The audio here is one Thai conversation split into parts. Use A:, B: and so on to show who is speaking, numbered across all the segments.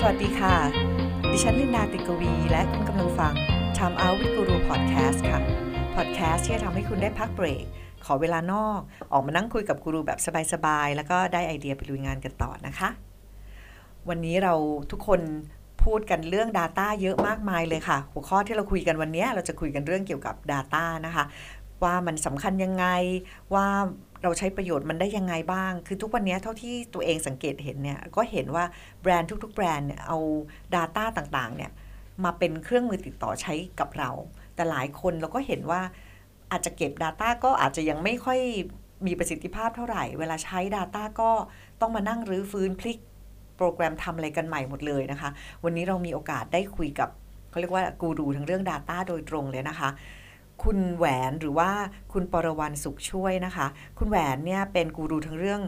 A: วัสดีค่ะดิฉันลินดาติกวีและคุณกำลังฟัง Time Out with Guru Podcast ค่ะ Podcast ที่จะทำให้คุณได้พักเบรกขอเวลานอกออกมานั่งคุยกับกูรูแบบสบายๆแล้วก็ได้ไอเดียไปลุยงานกันต่อนะคะวันนี้เราทุกคนพูดกันเรื่อง Data เยอะมากมายเลยค่ะหัวข้อที่เราคุยกันวันนี้เราจะคุยกันเรื่องเกี่ยวกับ Data นะคะว่ามันสำคัญยังไงว่าเราใช้ประโยชน์มันได้ยังไงบ้างคือทุกวันนี้เท่าที่ตัวเองสังเกตเห็นเนี่ยก็เห็นว่าแบรนด์ทุกๆแบรนด์เนี่ยเอา Data ต่างๆเนี่ยมาเป็นเครื่องมือติดต่อใช้กับเราแต่หลายคนเราก็เห็นว่าอาจจะเก็บ Data ก็อาจจะยังไม่ค่อยมีประสิทธิภาพเท่าไหร่เวลาใช้ Data ก็ต้องมานั่งรื้อฟื้นพลิกโปรแกรมทำอะไรกันใหม่หมดเลยนะคะวันนี้เรามีโอกาสได้คุยกับเขาเรียกว่ากูรูทั้งเรื่อง Data โดยตรงเลยนะคะคุณแหวนหรือว่าคุณปรวรรณสุขช่วยนะคะคุณแหวนเนี่ยเป็นกูรูทั้งเรื่อง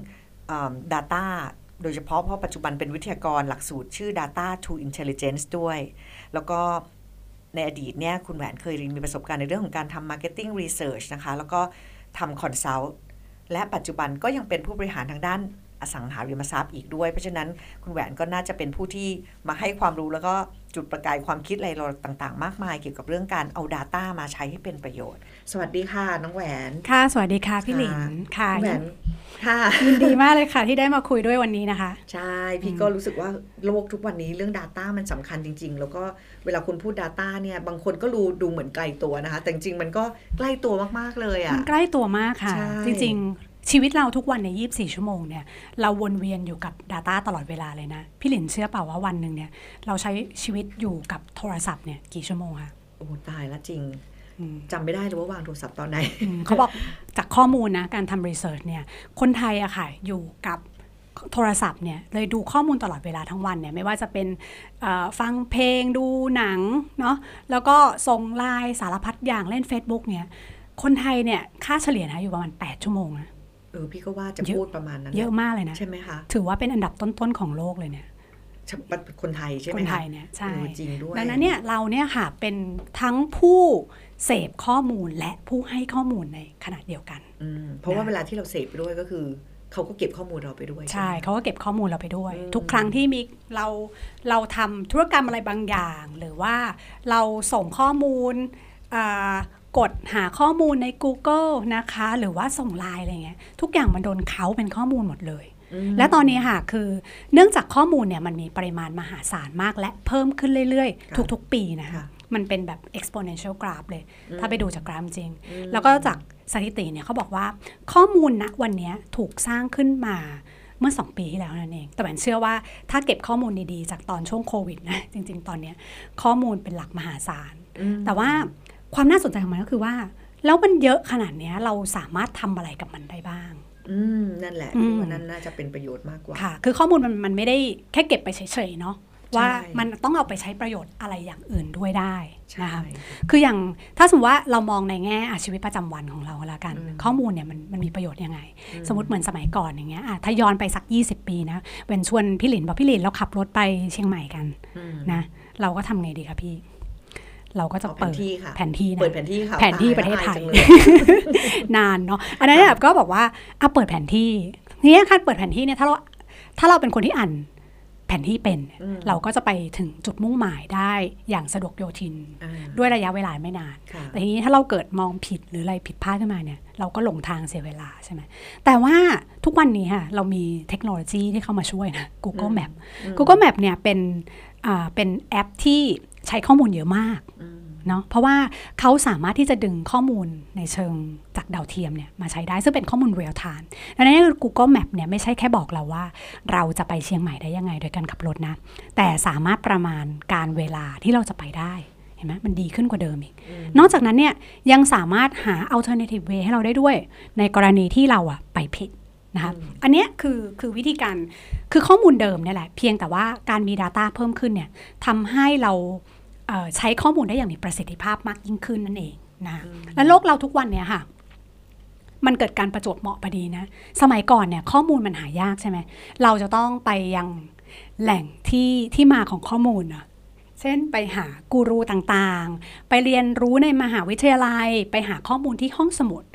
A: Data โดยเฉพาะเพราะปัจจุบันเป็นวิทยากรหลักสูตรชื่อ Data to Intelligence ด้วยแล้วก็ในอดีตเนี่ยคุณแหวนเคยมีประสบการณ์ในเรื่องของการทำ Marketing Research นะคะแล้วก็ทำ Consult และปัจจุบันก็ยังเป็นผู้บริหารทางด้านอสังหาริมทรัพย์อีกด้วยเพราะฉะนั้นคุณแหวนก็น่าจะเป็นผู้ที่มาให้ความรู้แล้วก็จุดประกายความคิดอะไรเราต่างๆมากมายเกี่ยวกับเรื่องการเอา Data มาใช้ให้เป็นประโยชน์สวัสดีค่ะน้องแหวน
B: ค่ะสวัสดีค่ะพี่หลินค่ะ
A: แหวนค่ะ
B: ยินดีมากเลยค่ะที่ได้มาคุยด้วยวันนี้นะคะ
A: ใช่พี่ก็รู้สึกว่าโลกทุกวันนี้เรื่อง Data มันสำคัญจริงๆแล้วก็เวลาคุณพูด Data เนี่ยบางคนก็ดูเหมือนไกลตัวนะคะแต่จริงๆมันก็ใกล้ตัวมากๆเลยอ่ะ
B: ใกล้ตัวมากค่ะจริงๆชีวิตเราทุกวันใน24ชั่วโมงเนี่ยเราวนเวียนอยู่กับ Data ตลอดเวลาเลยนะพี่หลินเชื่อเปล่าว่าวันนึงเนี่ยเราใช้ชีวิตอยู่กับโทรศัพท์เนี่ยกี่ชั่วโมงคะ
A: โอ้ตายแล้วจริงจำไม่ได้เลยว่าวางโทรศัพท์ตอนไหน
B: เขาบอกจากข้อมูลนะการทำรีเสิร์ชเนี่ยคนไทยอะค่ะอยู่กับโทรศัพท์เนี่ยเลยดูข้อมูลตลอดเวลาทั้งวันเนี่ยไม่ว่าจะเป็นฟังเพลงดูหนังเนาะแล้วก็ส่งไลน์สารพัดอย่างเล่น Facebook เนี่ยคนไทยเนี่ยค่าเฉลี่ยนะอยู่ประมาณ8ชั่วโมงนะ
A: พี่ก็ว่าจะพูดประมาณนั้น
B: เยอะมากเลยนะ
A: ใช่ไหมคะ
B: ถือว่าเป็นอันดับต้นๆของโลกเลยเนี่ย
A: คนไทยใช่ไหม
B: คนไทยเนี่ยใช่
A: จริงด้วย
B: ดังนั้นเนี่ยเราเนี่ยค่ะเป็นทั้งผู้เสพข้อมูลและผู้ให้ข้อมูลในขณะเดียวกัน
A: เพราะว่าเวลาที่เราเสพไปด้วยก็คือเขาก็เก็บข้อมูลเราไปด้วย
B: ใช่เขาก็เก็บข้อมูลเราไปด้วยทุกครั้งที่มีเราทำธุรกรรมอะไรบางอย่างหรือว่าเราส่งข้อมูลกดหาข้อมูลใน Google นะคะหรือว่าส่งไลน์อะไรเงี้ยทุกอย่างมันโดนเขาเป็นข้อมูลหมดเลยและตอนนี้ค่ะคือเนื่องจากข้อมูลเนี่ยมันมีปริมาณมหาศาลมากและเพิ่มขึ้นเรื่อยๆทุกๆปีนะคะมันเป็นแบบ exponential graph เลยถ้าไปดูจากกราฟจริงแล้วก็จากสถิติเนี่ยเขาบอกว่าข้อมูลณวันนี้ถูกสร้างขึ้นมาเมื่อ2ปีที่แล้วนั่นเองแต่แหวนเชื่อว่าถ้าเก็บข้อมูลดีๆจากตอนช่วงโควิดนะจริงๆตอนนี้ข้อมูลเป็นหลักมหาศาลแต่ว่าความน่าสนใจของมันก็คือว่าแล้วมันเยอะขนาดนี้เราสามารถทำอะไรกับมันได้บ้าง
A: นั่นแหละว่านั่นน่าจะเป็นประโยชน์มากกว่า
B: ค่ะคือข้อมูลมันไม่ได้แค่เก็บไปเฉยๆเนาะว่ามันต้องเอาไปใช้ประโยชน์อะไรอย่างอื่นด้วยได้นะคะคืออย่างถ้าสมมติว่าเรามองในแง่ชีวิตประจำวันของเราละกันข้อมูลเนี่ยมันมีประโยชน์ยังไงสมมติเหมือนสมัยก่อนอย่างเงี้ยถ้าย้อนไปสัก20ปีนะเป็นชวนพี่หลินบอกพี่หลินเราขับรถไปเชียงใหม่กันนะเราก็ทำไงดีคะพี่เราก็จะเปิดแผนที่นะ
A: เปิดแผนที่ค่ะ
B: แผนที่ประเทศไทยนานเนาะอันนั้นแบบก็บอกว่าเปิดแผนที่เนี่ยการเปิดแผนที่เนี่ยถ้าเราเป็นคนที่อ่านแผนที่เป็นเราก็จะไปถึงจุดมุ่งหมายได้อย่างสะดวกโยทินด้วยระยะเวลาไม่นานแต่ทีนี้ถ้าเราเกิดมองผิดหรืออะไรผิดพลาดขึ้นมาเนี่ยเราก็หลงทางเสียเวลาใช่ไหมแต่ว่าทุกวันนี้ค่ะเรามีเทคโนโลยีที่เข้ามาช่วยนะ Google Map Google Map เนี่ยเป็นแอปที่ใช้ข้อมูลเยอะมากเนาะเพราะว่าเขาสามารถที่จะดึงข้อมูลในเชิงจากดาวเทียมเนี่ยมาใช้ได้ซึ่งเป็นข้อมูลเรียลไทม์ดังนั้น Google Map เนี่ยไม่ใช่แค่บอกเราว่าเราจะไปเชียงใหม่ได้ยังไงโดยการขับรถนะแต่สามารถประมาณการเวลาที่เราจะไปได้เห็นไหมมันดีขึ้นกว่าเดิมอีกนอกจากนั้นเนี่ยยังสามารถหา alternative way ให้เราได้ด้วยในกรณีที่เราไปผิดนะคะอันนี้คือวิธีการคือข้อมูลเดิมเนี่ยแหละเพียงแต่ว่าการมี Data เพิ่มขึ้นเนี่ยทำให้เราใช้ข้อมูลได้อย่างมีประสิทธิภาพมากยิ่งขึ้นนั่นเองนะและโลกเราทุกวันเนี่ยค่ะมันเกิดการประจวบเหมาะพอดีนะสมัยก่อนเนี่ยข้อมูลมันหายากใช่ไหมเราจะต้องไปยังแหล่งที่มาของข้อมูลนะเช่นไปหากูรูต่างๆไปเรียนรู้ในมหาวิทยาลัยไปหาข้อมูลที่ห้องสมุด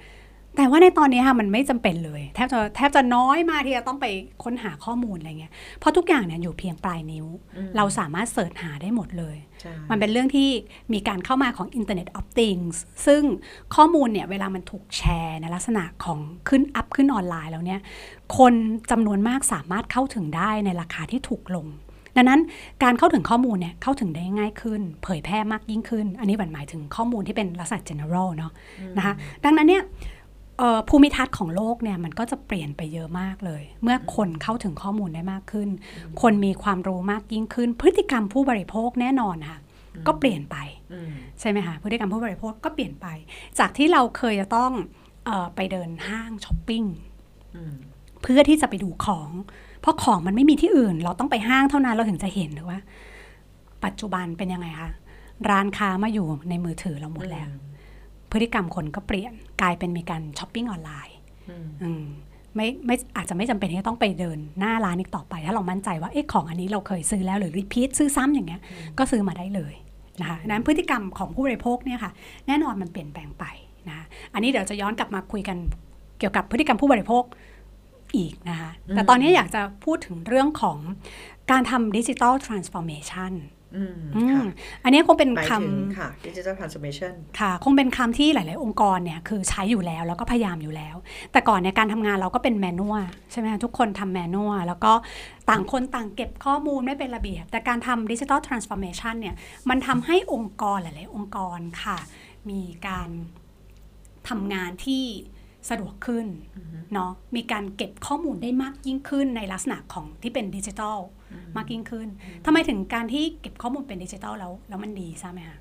B: แต่ว่าในตอนนี้ค่ะมันไม่จำเป็นเลยแทบจะน้อยมากที่จะต้องไปค้นหาข้อมูลอะไรเงี้ยเพราะทุกอย่างเนี่ยอยู่เพียงปลายนิ้วเราสามารถเสิร์ชหาได้หมดเลยมันเป็นเรื่องที่มีการเข้ามาของ Internet of Things ซึ่งข้อมูลเนี่ยเวลามันถูกแชร์ในลักษณะของขึ้นออนไลน์แล้วเนี่ยคนจำนวนมากสามารถเข้าถึงได้ในราคาที่ถูกลงดังนั้นการเข้าถึงข้อมูลเนี่ยเข้าถึงได้ง่ายขึ้นเผยแพร่มากยิ่งขึ้นอันนี้หมายถึงข้อมูลที่เป็นลักษณะ general เนาะนะคะดังนั้นเนี่ยภูมิทัศน์ของโลกเนี่ยมันก็จะเปลี่ยนไปเยอะมากเลยเมื่อคนเข้าถึงข้อมูลได้มากขึ้นคนมีความรู้มากยิ่งขึ้นพฤติกรรมผู้บริโภคแน่นอนค่ะก็เปลี่ยนไปใช่ไหมคะพฤติกรรมผู้บริโภคก็เปลี่ยนไปจากที่เราเคยจะต้องไปเดินห้างช้อปปิ้งเพื่อที่จะไปดูของเพราะของมันไม่มีที่อื่นเราต้องไปห้างเท่านั้นเราถึงจะเห็นหรือว่าปัจจุบันเป็นยังไงคะร้านค้ามาอยู่ในมือถือเราหมดแล้วพฤติกรรมคนก็เปลี่ยนกลายเป็นมีการช้อปปิ้งออนไลน์ไม่อาจจะไม่จำเป็นที่จะต้องไปเดินหน้าร้านอีกต่อไปถ้าเรามั่นใจว่าของอันนี้เราเคยซื้อแล้วหรือรีพีทซื้อซ้ำอย่างเงี้ยก็ซื้อมาได้เลยนะคะนั้นพฤติกรรมของผู้บริโภคเนี่ยค่ะแน่นอนมันเปลี่ยนแปลงไปนะอันนี้เดี๋ยวจะย้อนกลับมาคุยกันเกี่ยวกับพฤติกรรมผู้บริโภคอีกนะคะแต่ตอนนี้อยากจะพูดถึงเรื่องของการทำดิจิทัลทรานส์ฟอร์เมชันอันนี้คงเป็นค
A: ำค่ะ digital transformation
B: ค่ะคงเป็นคำที่หลายๆองค์กรเนี่ยคือใช้อยู่แล้วแล้วก็พยายามอยู่แล้วแต่ก่อนในการทำงานเราก็เป็นแมนนวลใช่ไหมทุกคนทำแมนนวลแล้วก็ต่างคนต่างเก็บข้อมูลไม่เป็นระเบียบแต่การทำ digital transformation เนี่ยมันทำให้องค์กรหลายๆองค์กรค่ะมีการทำงานที่สะดวกขึ้นเนาะมีการเก็บข้อมูลได้มากยิ่งขึ้นในลักษณะของที่เป็นดิจิทัลมากยิ่งขึ้นทำไมถึงการที่เก็บข้อมูลเป็นดิจิทัลแล้วมันดีใช่ไหมคะ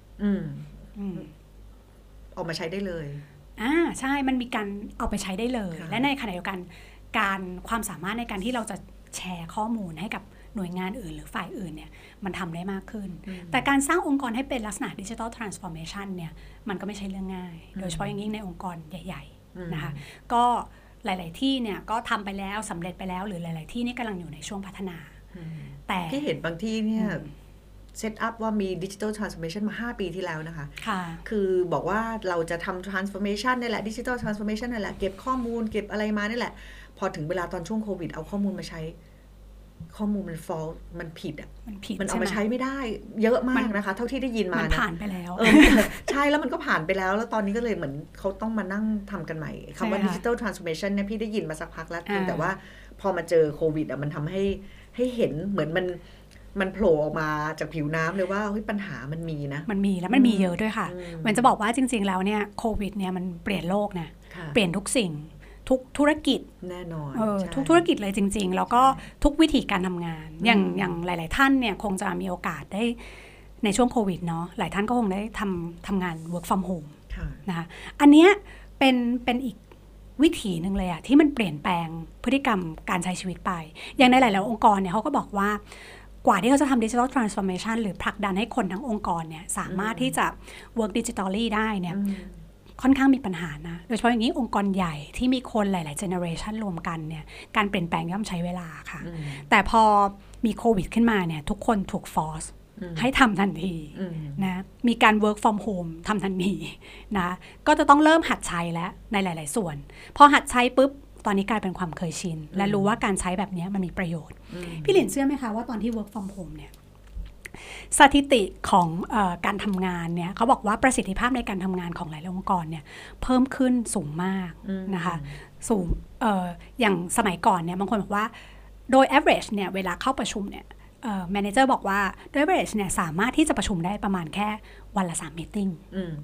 A: ออกมาใช้ได้เลย
B: ใช่มันมีการเอาไปใช้ได้เลยและในขณะเดียวกันการความสามารถในการที่เราจะแชร์ข้อมูลให้กับหน่วยงานอื่นหรือฝ่ายอื่นเนี่ยมันทำได้มากขึ้นแต่การสร้างองค์กรให้เป็นลักษณะดิจิทัลทรานส์ฟอร์เมชันเนี่ยมันก็ไม่ใช่เรื่องง่ายโดยเฉพาะอย่างยิ่งในองค์กรใหญ่นะคะก็หลายๆที่เนี่ยก็ทำไปแล้วสำเร็จไปแล้วหรือหลายๆที่นี่กำลังอยู่ในช่วงพัฒนาแต่
A: ที่เห็นบางที่เนี่ยเซตอัพว่ามีดิจิทัลทรานส์ฟอร์เมชันมา5 ปีที่แล้วนะคะคือบอกว่าเราจะทำทรานส์ฟอร์เมชันนี่แหละดิจิทัลทรานส์ฟอร์เมชันนี่แหละเก็บข้อมูลเก็บอะไรมานี่แหละพอถึงเวลาตอนช่วงโควิดเอาข้อมูลมาใช้ข้อมูลมัน false มันผิดอ่ะมันเอามาใช้ไม่ได้เยอะมากนะคะเท่าที่ได้ยินมา
B: มันผ่านไปแล้ว
A: ใช่แล้วมันก็ผ่านไปแล้วแล้วตอนนี้ก็เลยเหมือนเขาต้องมานั่งทำกันใหม่คำว่า digital transformation เนี่ยพี่ได้ยินมาสักพักแล้วแต่ว่าพอมาเจอโควิดอ่ะมันทำให้เห็นเหมือนมันโผล่ออกมาจากผิวน้ำเลยว่าเฮ้ยปัญหามันมีนะ
B: มันมีแล้วมันมีเยอะด้วยค่ะมันจะบอกว่าจริงๆแล้วเนี่ยโควิดเนี่ยมันเปลี่ยนโลกนะเปลี่ยนทุกสิ่งทุกธุรกิจ
A: แน่นอน
B: ทุกธุรกิจเลยจริงๆแล้วก็ทุกวิธีการทำงานอย่างหลายๆท่านเนี่ยคงจะมีโอกาสได้ในช่วงโควิดเนาะหลายท่านก็คงได้ทำงาน work from home นะคะอันเนี้ยเป็นอีกวิถีหนึ่งเลยอะที่มันเปลี่ยนแปลงพฤติกรรมการใช้ชีวิตไปอย่างในหลายๆองค์กรเนี่ยเขาก็บอกว่ากว่าที่เขาจะทำ digital transformation หรือผลักดันให้คนทั้งองค์กรเนี่ยสามารถที่จะ work digitally ได้เนี่ยค่อนข้างมีปัญหานะโดยเฉพาะอย่างนี้องค์กรใหญ่ที่มีคนหลายๆ generation รวมกันเนี่ยการเปลี่ยนแปลงย่อมใช้เวลาค่ะแต่พอมีโควิดขึ้นมาเนี่ยทุกคนถูกฟอร์สให้ทำทันทีนะมีการ work from home ทำทันทีนะก็จะต้องเริ่มหัดใช้แล้วในหลายๆส่วนพอหัดใช้ปุ๊บตอนนี้กลายเป็นความเคยชินและรู้ว่าการใช้แบบนี้มันมีประโยชน์พี่หลินเชื่อไหมคะว่าตอนที่ work from home เนี่ยสถิติของการทำงานเนี่ยเขาบอกว่าประสิทธิภาพในการทำงานของหลายองค์กรเนี่ยเพิ่มขึ้นสูงมากนะคะสูงอย่างสมัยก่อนเนี่ยบางคนบอกว่าโดย average เนี่ยเวลาเข้าประชุมเนี่ยmanager บอกว่าโดย average เนี่ยสามารถที่จะประชุมได้ประมาณแค่วันละ3 meeting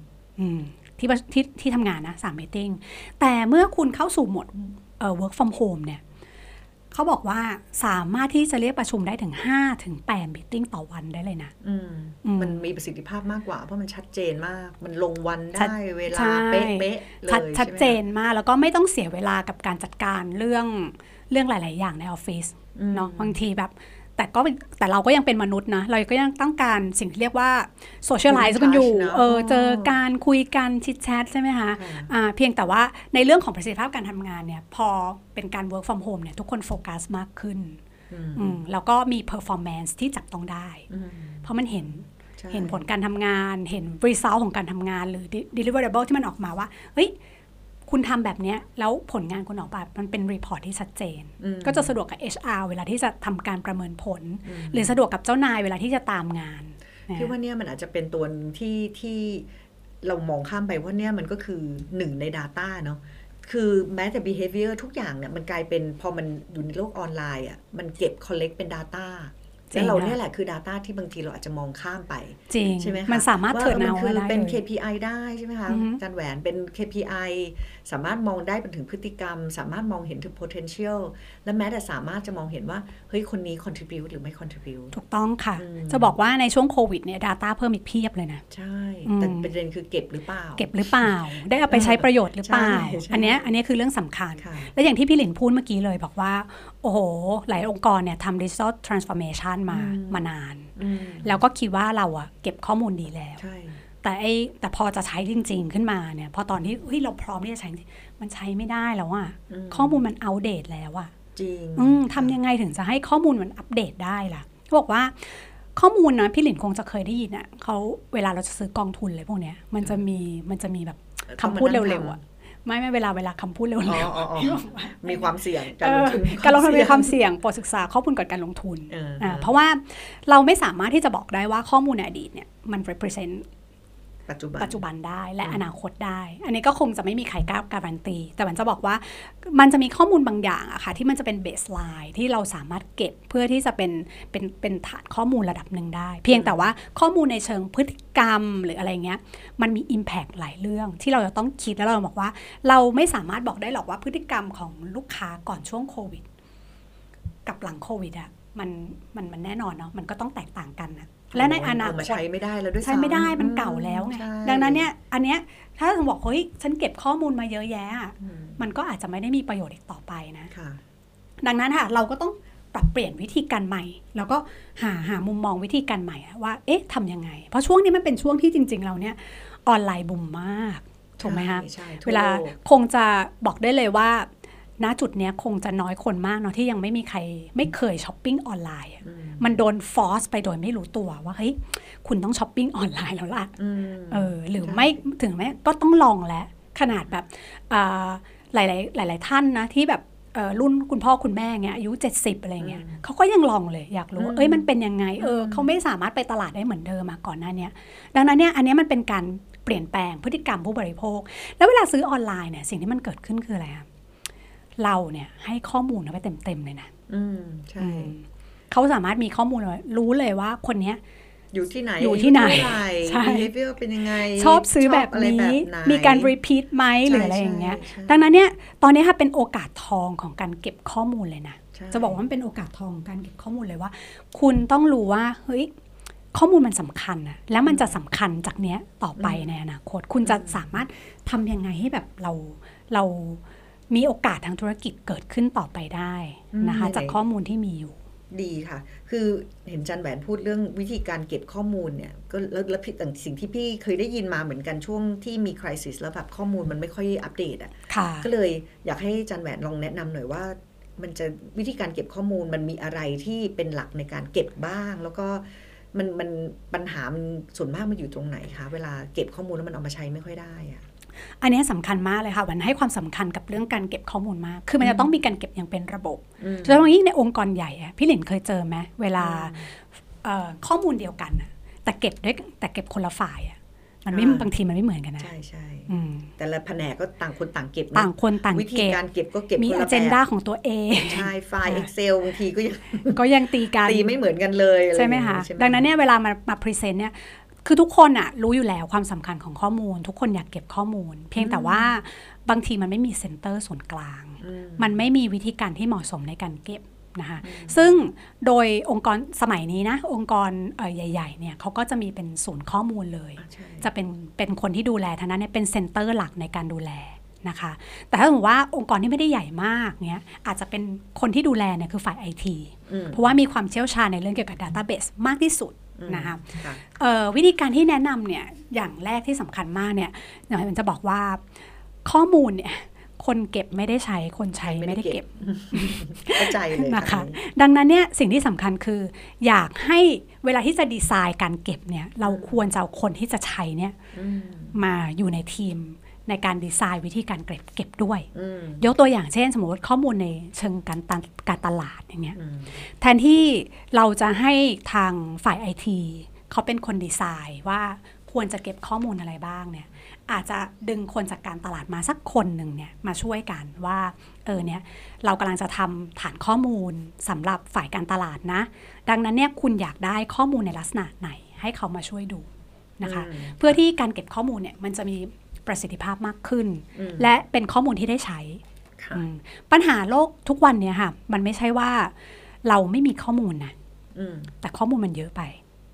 B: ที่ทำงานนะ3 meeting แต่เมื่อคุณเข้าสู่โหมดwork from home เนี่ยเขาบอกว่าสามารถที่จะเรียกประชุมได้ถึง 5-8 มีตติ้งต่อวันได้เลยนะ
A: มันมีประสิทธิภาพมากกว่าเพราะมันชัดเจนมากมันลงวันได้เวลาเป๊ะๆเลย
B: ชัดเจนมากแล้วก็ไม่ต้องเสียเวลากับการจัดการเรื่องหลายๆอย่างในออฟฟิศเนาะบางทีแบบแต่เราก็ยังเป็นมนุษย์นะเราก็ยังต้องการสิ่งที่เรียกว่าโซเชียลไลซ์กันอยู่เจอการคุยกันชิดแชทใช่ไหมคะเพียงแต่ว่าในเรื่องของประสิทธิภาพการทำงานเนี่ยพอเป็นการ work from home เนี่ยทุกคนโฟกัสมากขึ้นแล้วก็มี performance ที่จับต้องได้เพราะมันเห็นผลการทำงานเห็น result ของการทำงานหรือ deliverable ที่มันออกมาว่าเฮ้ยคุณทำแบบนี้แล้วผลงานคุณออกมามันเป็นรีพอร์ตที่ชัดเจนก็จะสะดวกกับ HR เวลาที่จะทำการประเมินผลหรือสะดวกกับเจ้านายเวลาที่จะตามงาน
A: พี่ว่าเนี่ยมันอาจจะเป็นตัวที่เรามองข้ามไปว่าเนี่ยมันก็คือหนึ่งใน Data เนาะคือแม้แต่ behavior ทุกอย่างเนี่ยมันกลายเป็นพอมันอยู่ในโลกออนไลน์อ่ะมันเก็บ collect เป็น Data แล้วเราเนี่ยแหละคือ Data ที่บางทีเราอาจจะมองข้ามไปใช่ไหมคะ
B: มันสามารถเถิดเอา
A: ได้เป็น KPI ได้ใช่ไหมคะอาจารย์แหวนเป็น KPI สามารถมองได้เป็นถึงพฤติกรรมสามารถมองเห็นถึง potential และแม้แต่สามารถจะมองเห็นว่าเฮ้ยคนนี้ contribute หรือไม่ contribute
B: ถูกต้องค่ะจะบอกว่าในช่วงโควิดเนี่ย Data เพิ่มอีกเพียบเลยนะ
A: ใช่แต่ประเด็นคือเก็บหรือเปล่า
B: ได้เอาไปใช้ประโยชน์หรือเปล่าอันนี้คือเรื่องสำคัญและอย่างที่พี่หลินพูดเมื่อกี้เลยบอกว่าโอ้โหหลายองค์กรเนี่ยทำ digital transformation มานานแล้วก็คิดว่าเราอะเก็บข้อมูลดีแล้วแต่พอจะใช้จริงๆขึ้นมาเนี่ยพอตอนที่เราพร้อมที่จะใช้มันใช้ไม่ได้แล้วอะข้อมูลมันอัปเดตแล้วอะ
A: จริง
B: ทำยังไงถึงจะให้ข้อมูลมันอัปเดตได้ล่ะเขาบอกว่าข้อมูลนะพี่หลินคงจะเคยได้ยินอะเขาเวลาเราจะซื้อกองทุนเลยพวกเนี้ยมันจะมีแบบคำพูดเร็วๆอะไม่เวลาคำพูดเร็ว
A: ๆมีความเสี่ยง
B: การลงทุนมีความเสี่ยงโปรดศึกษาข้อมูลก่อนการลงทุนเพราะว่าเราไม่สามารถที่จะบอกได้ว่าข้อมูลในอดีตเนี่ยมัน represent ปัจจุบันได้และอนาคตได้อันนี้ก็คงจะไม่มีใครกล้าการันตีแต่มันจะบอกว่ามันจะมีข้อมูลบางอย่างอะค่ะที่มันจะเป็นเบสไลน์ที่เราสามารถเก็บเพื่อที่จะเป็นฐานข้อมูลระดับหนึ่งได้เพียงแต่ว่าข้อมูลในเชิงพฤติกรรมหรืออะไรเงี้ยมันมี impact หลายเรื่องที่เราจะต้องคิดแล้วเราบอกว่าเราไม่สามารถบอกได้หรอกว่าพฤติกรรมของลูกค้าก่อนช่วงโควิดกับหลังโควิดอะมันแน่นอนเนาะมันก็ต้องแตกต่างกันนะและในอนาคต
A: ใช้ไม่ได้แล้วด้วยซ้ำ
B: ใช้ไม่ได้มันเก่าแล้วไงดังนั้นเนี่ยอันเนี้ยถ้าสมมติบอกเฮ้ยฉันเก็บข้อมูลมาเยอะแยะมันก็อาจจะไม่ได้มีประโยชน์อีกต่อไปนะดังนั้นค่ะเราก็ต้องปรับเปลี่ยนวิธีการใหม่แล้วก็หามุมมองวิธีการใหม่ว่าเอ๊ะทำยังไงเพราะช่วงนี้มันเป็นช่วงที่จริงๆเราเนี่ยออนไลน์บูมมากถูกไหมคะเวลาคงจะบอกได้เลยว่าณจุดนี้คงจะน้อยคนมากเนาะที่ยังไม่มีใครไม่เคยช้อปปิ้งออนไลน์มันโดนฟอร์สไปโดยไม่รู้ตัวว่าเฮ้ยคุณต้องช้อปปิ้งออนไลน์แล้วล่ะหรือไม่ถึงแม้ก็ต้องลองแล้วขนาดแบบหลายท่านนะที่แบบรุ่นคุณพ่อคุณแม่เงี้ยอายุ70อะไรเงี้ยเขาก็ยังลองเลยอยากรู้ว่ามันเป็นยังไงเขาไม่สามารถไปตลาดได้เหมือนเดิมมาก่อนหน้านี้ดังนั้นเนี่ยอันนี้มันเป็นการเปลี่ยนแปลงพฤติกรรมผู้บริโภคแล้วเวลาซื้อออนไลน์เนี่ยสิ่งที่มันเกิดขึ้นคืออะไรคะเราเนี่ยให้ข้อมูลไปเต็มๆเลยนะ
A: ใช่
B: เขาสามารถมีข้อมูลรู้เลยว่าคนเนี้ย
A: อยู่ที่ไหน
B: ใช่
A: behavior เป็นยังไง
B: ชอบซื้อแบบนี้มีการ repeat ไหมหรืออะไรอย่างเงี้ยดังนั้นเนี่ยตอนนี้ค่ะเป็นโอกาสทองของการเก็บข้อมูลเลยนะจะบอกว่ามันเป็นโอกาสทองของการเก็บข้อมูลเลยว่าคุณต้องรู้ว่าเฮ้ยข้อมูลมันสำคัญนะแล้วมันจะสำคัญจากเนี้ยต่อไปในอนาคตคุณจะสามารถทำยังไงให้แบบเรามีโอกาสทางธุรกิจเกิดขึ้นต่อไปได้นะคะจากข้อมูลที่มีอยู่
A: ดีค่ะคือเห็นจันแหวนพูดเรื่องวิธีการเก็บข้อมูลเนี่ยก็แล้วสิ่งที่พี่เคยได้ยินมาเหมือนกันช่วงที่มีคริสิสแล้วแบบข้อมูลมันไม่ค่อยอัปเดตก็เลยอยากให้จันแหวนลองแนะนำหน่อยว่ามันจะวิธีการเก็บข้อมูลมันมีอะไรที่เป็นหลักในการเก็บบ้างแล้วก็มันปัญหามันส่วนมากมันอยู่ตรงไหนคะเวลาเก็บข้อมูลแล้วมันเอามาใช้ไม่ค่อยได้อะ
B: อันนี้สำคัญมากเลยค่ะวันให้ความสำคัญกับเรื่องการเก็บข้อมูลมากคือมันจะต้องมีการเก็บอย่างเป็นระบบโดยเฉพาะยิ่งในองค์กรใหญ่พี่หลินเคยเจอไหมเวลาข้อมูลเดียวกันแต่เก็บคนละฝ่ายมันไม่บางทีมันไม่เหมือนกันนะ
A: ใช่แต่ละแผนกก็ต่างคนต่างเก็บ
B: ต่างคนต่างเก็บ
A: วิธีการเก็บก็เก็บ
B: มี agenda ของตัวเอง
A: ใช่ไฟล์ Excel บางทีก็
B: ยังตีกัน
A: ไม่เหมือนกันเลย
B: ใช่ไหมคะดังนั้นเนี่ยเวลามาพรีเซนต์เนี่ยคือทุกคนรู้อยู่แล้วความสำคัญของข้อมูลทุกคนอยากเก็บข้อมูลเพียงแต่ว่าบางทีมันไม่มีเซ็นเตอร์ส่วนกลางมันไม่มีวิธีการที่เหมาะสมในการเก็บนะคะซึ่งโดยองค์กรสมัยนี้นะองค์กรใหญ่ๆเนี่ยเขาก็จะมีเป็นศูนย์ข้อมูลเลยจะเป็นคนที่ดูแลทางนั้นเนี่ยเป็นเซ็นเตอร์หลักในการดูแลนะคะแต่ถ้าสมมติว่าองค์กรที่ไม่ได้ใหญ่มากเนี่ยอาจจะเป็นคนที่ดูแลเนี่ยคือฝ่าย IT เพราะว่ามีความเชี่ยวชาญในเรื่องเกี่ยวกับ Database มากที่สุดนะคะวิธีการที่แนะนำเนี่ยอย่างแรกที่สำคัญมากเนี่ยมันจะบอกว่าข้อมูลเนี่ยคนเก็บไม่ได้ใช้คนใช้ไม่ได้เก็บ
A: เข้าใจเลย
B: นะคะดังนั้นเนี่ยสิ่งที่สำคัญคืออยากให้เวลาที่จะดีไซน์การเก็บเนี่ยเราควรจะเอาคนที่จะใช้เนี่ยมาอยู่ในทีมในการดีไซน์วิธีการเก็บด้วยยกตัวอย่างเช่นสมมติข้อมูลในเชิงการตลาดอย่างเงี้ยแทนที่เราจะให้ทางฝ่าย IT เขาเป็นคนดีไซน์ว่าควรจะเก็บข้อมูลอะไรบ้างเนี่ยอาจจะดึงคนจากการตลาดมาสักคนหนึ่งเนี่ยมาช่วยกันว่าเนี่ยเรากำลังจะทำฐานข้อมูลสำหรับฝ่ายการตลาดนะดังนั้นเนี่ยคุณอยากได้ข้อมูลในลักษณะไหนให้เขามาช่วยดูนะคะเพื่อที่การเก็บข้อมูลเนี่ยมันจะมีประสิทธิภาพมากขึ้นและเป็นข้อมูลที่ได้ใช้ปัญหาโลกทุกวันเนี่ยค่ะมันไม่ใช่ว่าเราไม่มีข้อมูลนะแต่ข้อมูลมันเยอะไป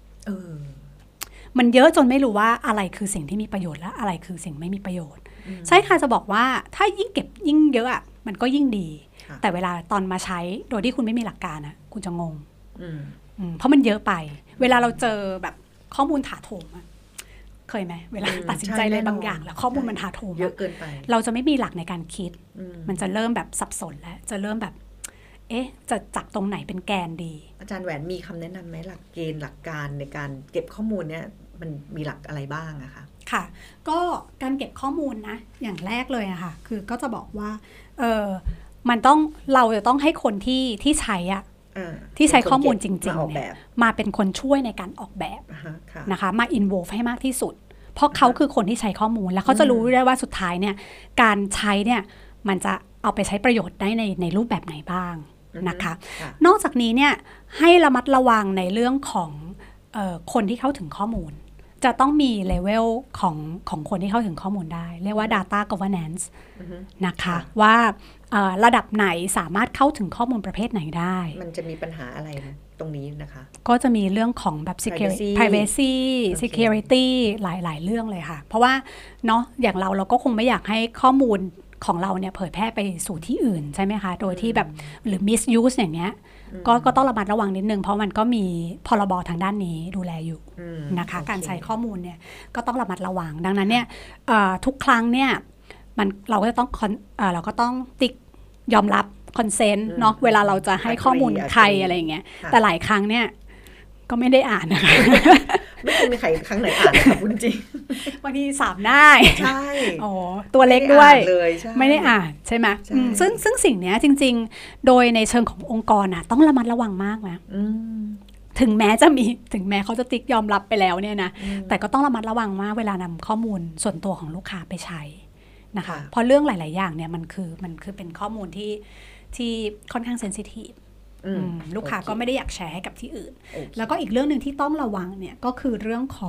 B: มันเยอะจนไม่รู้ว่าอะไรคือสิ่งที่มีประโยชน์และอะไรคือสิ่งไม่มีประโยชน์ใช่ค่ะจะบอกว่าถ้ายิ่งเก็บยิ่งเยอะอ่ะมันก็ยิ่งดีแต่เวลาตอนมาใช้โดยที่คุณไม่มีหลักการนะคุณจะงงเพราะมันเยอะไปเวลาเราเจอแบบข้อมูลถาโถมเคยไหมเวลาตัดสินใจอะไรบางอย่างแล้วข้อมูลมันถาโถม
A: เยอะเกินไป
B: เราจะไม่มีหลักในการคิดมันจะเริ่มแบบสับสนแล้วจะเริ่มแบบจะจับตรงไหนเป็นแกนดี
A: อาจารย์แหวนมีคำแนะนำไหมหลักเกณฑ์หลักการในการเก็บข้อมูลเนี่ยมันมีหลักอะไรบ้างอะคะ
B: ค่ะก็การเก็บข้อมูลนะอย่างแรกเลยอะค่ะคือก็จะบอกว่ามันต้องเราจะต้องให้คนที่ใช้อะที่ใช้ข้อมูลจริงๆเนี่ยมาเป็นคนช่วยในการออกแบบนะคะมา involve ให้มากที่สุดเพราะเขาคือคนที่ใช้ข้อมูลแล้วเขาจะรู้ได้ว่าสุดท้ายเนี่ยการใช้เนี่ยมันจะเอาไปใช้ประโยชน์ได้ในรูปแบบไหนบ้างนะคะนอกจากนี้เนี่ยให้ระมัดระวังในเรื่องของคนที่เข้าถึงข้อมูลจะต้องมีเลเวลของคนที่เข้าถึงข้อมูลได้เรียกว่า data governance นะคะว่าระดับไหนสามารถเข้าถึงข้อมูลประเภทไหนได้
A: มันจะมีปัญหาอะไรตรงนี้นะคะ
B: ก็จะมีเรื่องของแบบ privacy security หลายเรื่องเลยค่ะเพราะว่าเนาะอย่างเราก็คงไม่อยากให้ข้อมูลของเราเนี่ยเผยแพร่ไปสู่ที่อื่นใช่ไหมคะโดยที่แบบหรือ misuse อย่างเงี้ยก็ต้องระมัดระวังนิดนึงเพราะมันก็มีพรบทางด้านนี้ดูแลอยู่นะคะการใช้ข้อมูลเนี่ยก็ต้องระมัดระวังดังนั้นเนี่ยทุกครั้งเนี่ยเราก็ต้องติ๊กยอมรับคอนเซนต์เนาะเวลาเราจะให้ข้อมูลใครอะไรอย่างเงี้ยแต่หลายครั้งเนี่ยก็ไม่ได้อ่านนะคะ
A: ไม่เคยมีใครครั้งไหนอ่านค่ะคุณจริง
B: บางที3 หน้า
A: ใช่
B: โอ้ตัวเล็กด้วยไม่ได้อ่านใช่ไหมซึ่งสิ่งนี้จริงๆโดยในเชิงขององค์กรน่ะต้องระมัดระวังมากนะถึงแม้เขาจะติ๊กยอมรับไปแล้วเนี่ยนะแต่ก็ต้องระมัดระวังมากเวลานำข้อมูลส่วนตัวของลูกค้าไปใช้นะคะเพราะเรื่องหลายๆอย่างเนี่ยมันคือเป็นข้อมูลที่ค่อนข้างเซนซิทีฟลูกค้าก็ไม่ได้อยากแชร์ให้กับที่อื่นแล้วก็อีกเรื่องหนึ่งที่ต้องระวังเนี่ยก็คือเรื่องของ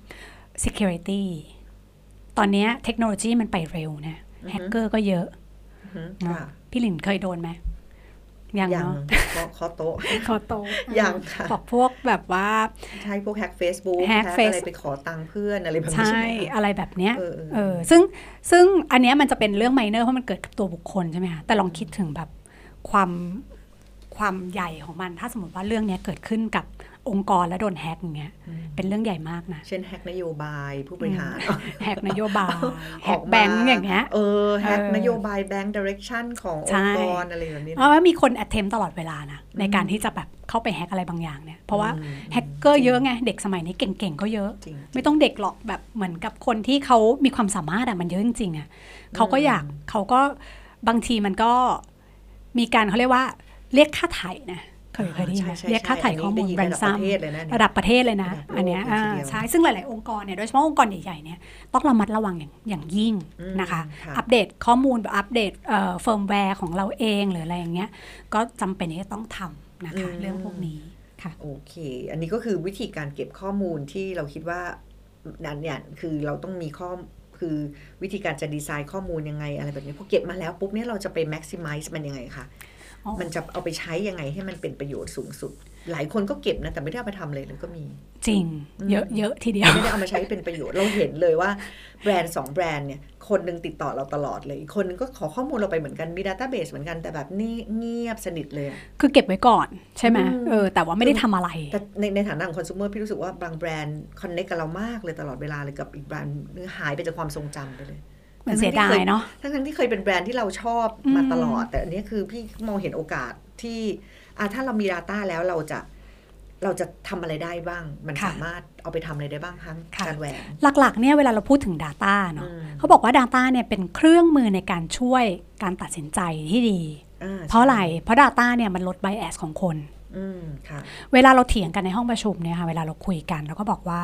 B: security ตอนนี้เทคโนโลยีมันไปเร็วนะแฮกเกอร์ก็เยอะพี่หลินเคยโดนไหม
A: ยังเนาะขอโต๊ะยังค่ะ
B: พวกแบบว่า
A: ใช่พวกแฮก Facebook แฮกอะไรไปขอตังค์เพื่อนอะไรแบบนี้
B: ใช่อะไรแบบเนี้ยซึ่งอันเนี้ยมันจะเป็นเรื่องไมเนอร์เพราะมันเกิดกับตัวบุคคลใช่ไหมคะแต่ลองคิดถึงแบบความใหญ่ของมันถ้าสมมติว่าเรื่องนี้เกิดขึ้นกับองค์กรและโดนแฮกอย่างเงี้ยเป็นเรื่องใหญ่มากนะ
A: เช่นแฮกนโยบายผู้บริหาร
B: แฮกนโยบายแฮกแบงก์อย่างเงี้ย
A: แฮกนโยบายแบงก์ direction ขององค์กรอะไรแบบนี้
B: เพราะว่ามีคน attempt ตลอดเวลานะในการที่จะแบบเข้าไปแฮกอะไรบางอย่างเนี่ยเพราะว่าแฮกเกอร์เยอะไงเด็กสมัยนี้เก่งๆก็เยอะไม่ต้องเด็กหรอกแบบเหมือนกับคนที่เขามีความสามารถมันเยอะจริงๆเขาก็บางทีมันก็มีการเขาเรียกว่าเรียกค่าไถ่นะเคยได้ยินไหมเรียกค่าไถ่ข้อมูลแบรนด์ซ้ำระดับประเทศเลยนะอันเนี้ยใช่ซึ่งหลายๆองค์กรเนี่ยโดยเฉพาะองค์กรใหญ่ๆเนี่ยต้องระมัดระวังอย่างยิ่งนะคะอัปเดตข้อมูลแบบอัปเดตเฟิร์มแวร์ของเราเองหรืออะไรอย่างเงี้ยก็จำเป็นที่จะต้องทำนะคะเรื่องพวกนี้ค่ะ
A: โอเคอันนี้ก็คือวิธีการเก็บข้อมูลที่เราคิดว่านั่นเนี่ยคือเราต้องมีคือวิธีการจะดีไซน์ข้อมูลยังไงอะไรแบบนี้พอเก็บมาแล้วปุ๊บเนี่ยเราจะไป maximize มันยังไงคะมันจะเอาไปใช้ยังไงให้มันเป็นประโยชน์สูงสุดหลายคนก็เก็บนะแต่ไม่ได้เอาไปทำเลยก็มี
B: จริงเยอะทีเดียว
A: ไม่ได้เอามาใช้เป็นประโยชน์เราเห็นเลยว่าแบรนด์2แบรนด์เนี่ยคนนึงติดต่อเราตลอดเลยคนนึงก็ขอข้อมูลเราไปเหมือนกันมี database เหมือนกันแต่แบบนี่เงียบสนิทเลย
B: คือเก็บไว้ก่อนใช่ไหมแต่ว่าไม่ได้ทำอะไร
A: แต่ในฐานะของ consumer พี่รู้สึกว่าบางแบรนด์ connect กับเรามากเลยตลอดเวลาเลยกับอีกแบรนด์หายไปจากความทรงจำไปเลย
B: มันเสียดายเนาะ
A: ทั้งที่เคยเป็นแบรนด์ที่เราชอบมาตลอดแต่อันนี้คือพี่มองเห็นโอกาสที่ถ้าเรามี data แล้วเราจะเราจะทำอะไรได้บ้างมันสามารถเอาไปทำอะไรได้บ้างคะการแหวน
B: หลักๆเนี่ยเวลาเราพูดถึง Data เนาะเขาบอกว่า Data เนี่ยเป็นเครื่องมือในการช่วยการตัดสินใจที่ดีเพราะอะไรเพราะ Data เนี่ยมันลด bias ของคนเวลาเราเถียงกันในห้องประชุมเนี่ยค่ะเวลาเราคุยกันเราก็บอกว่า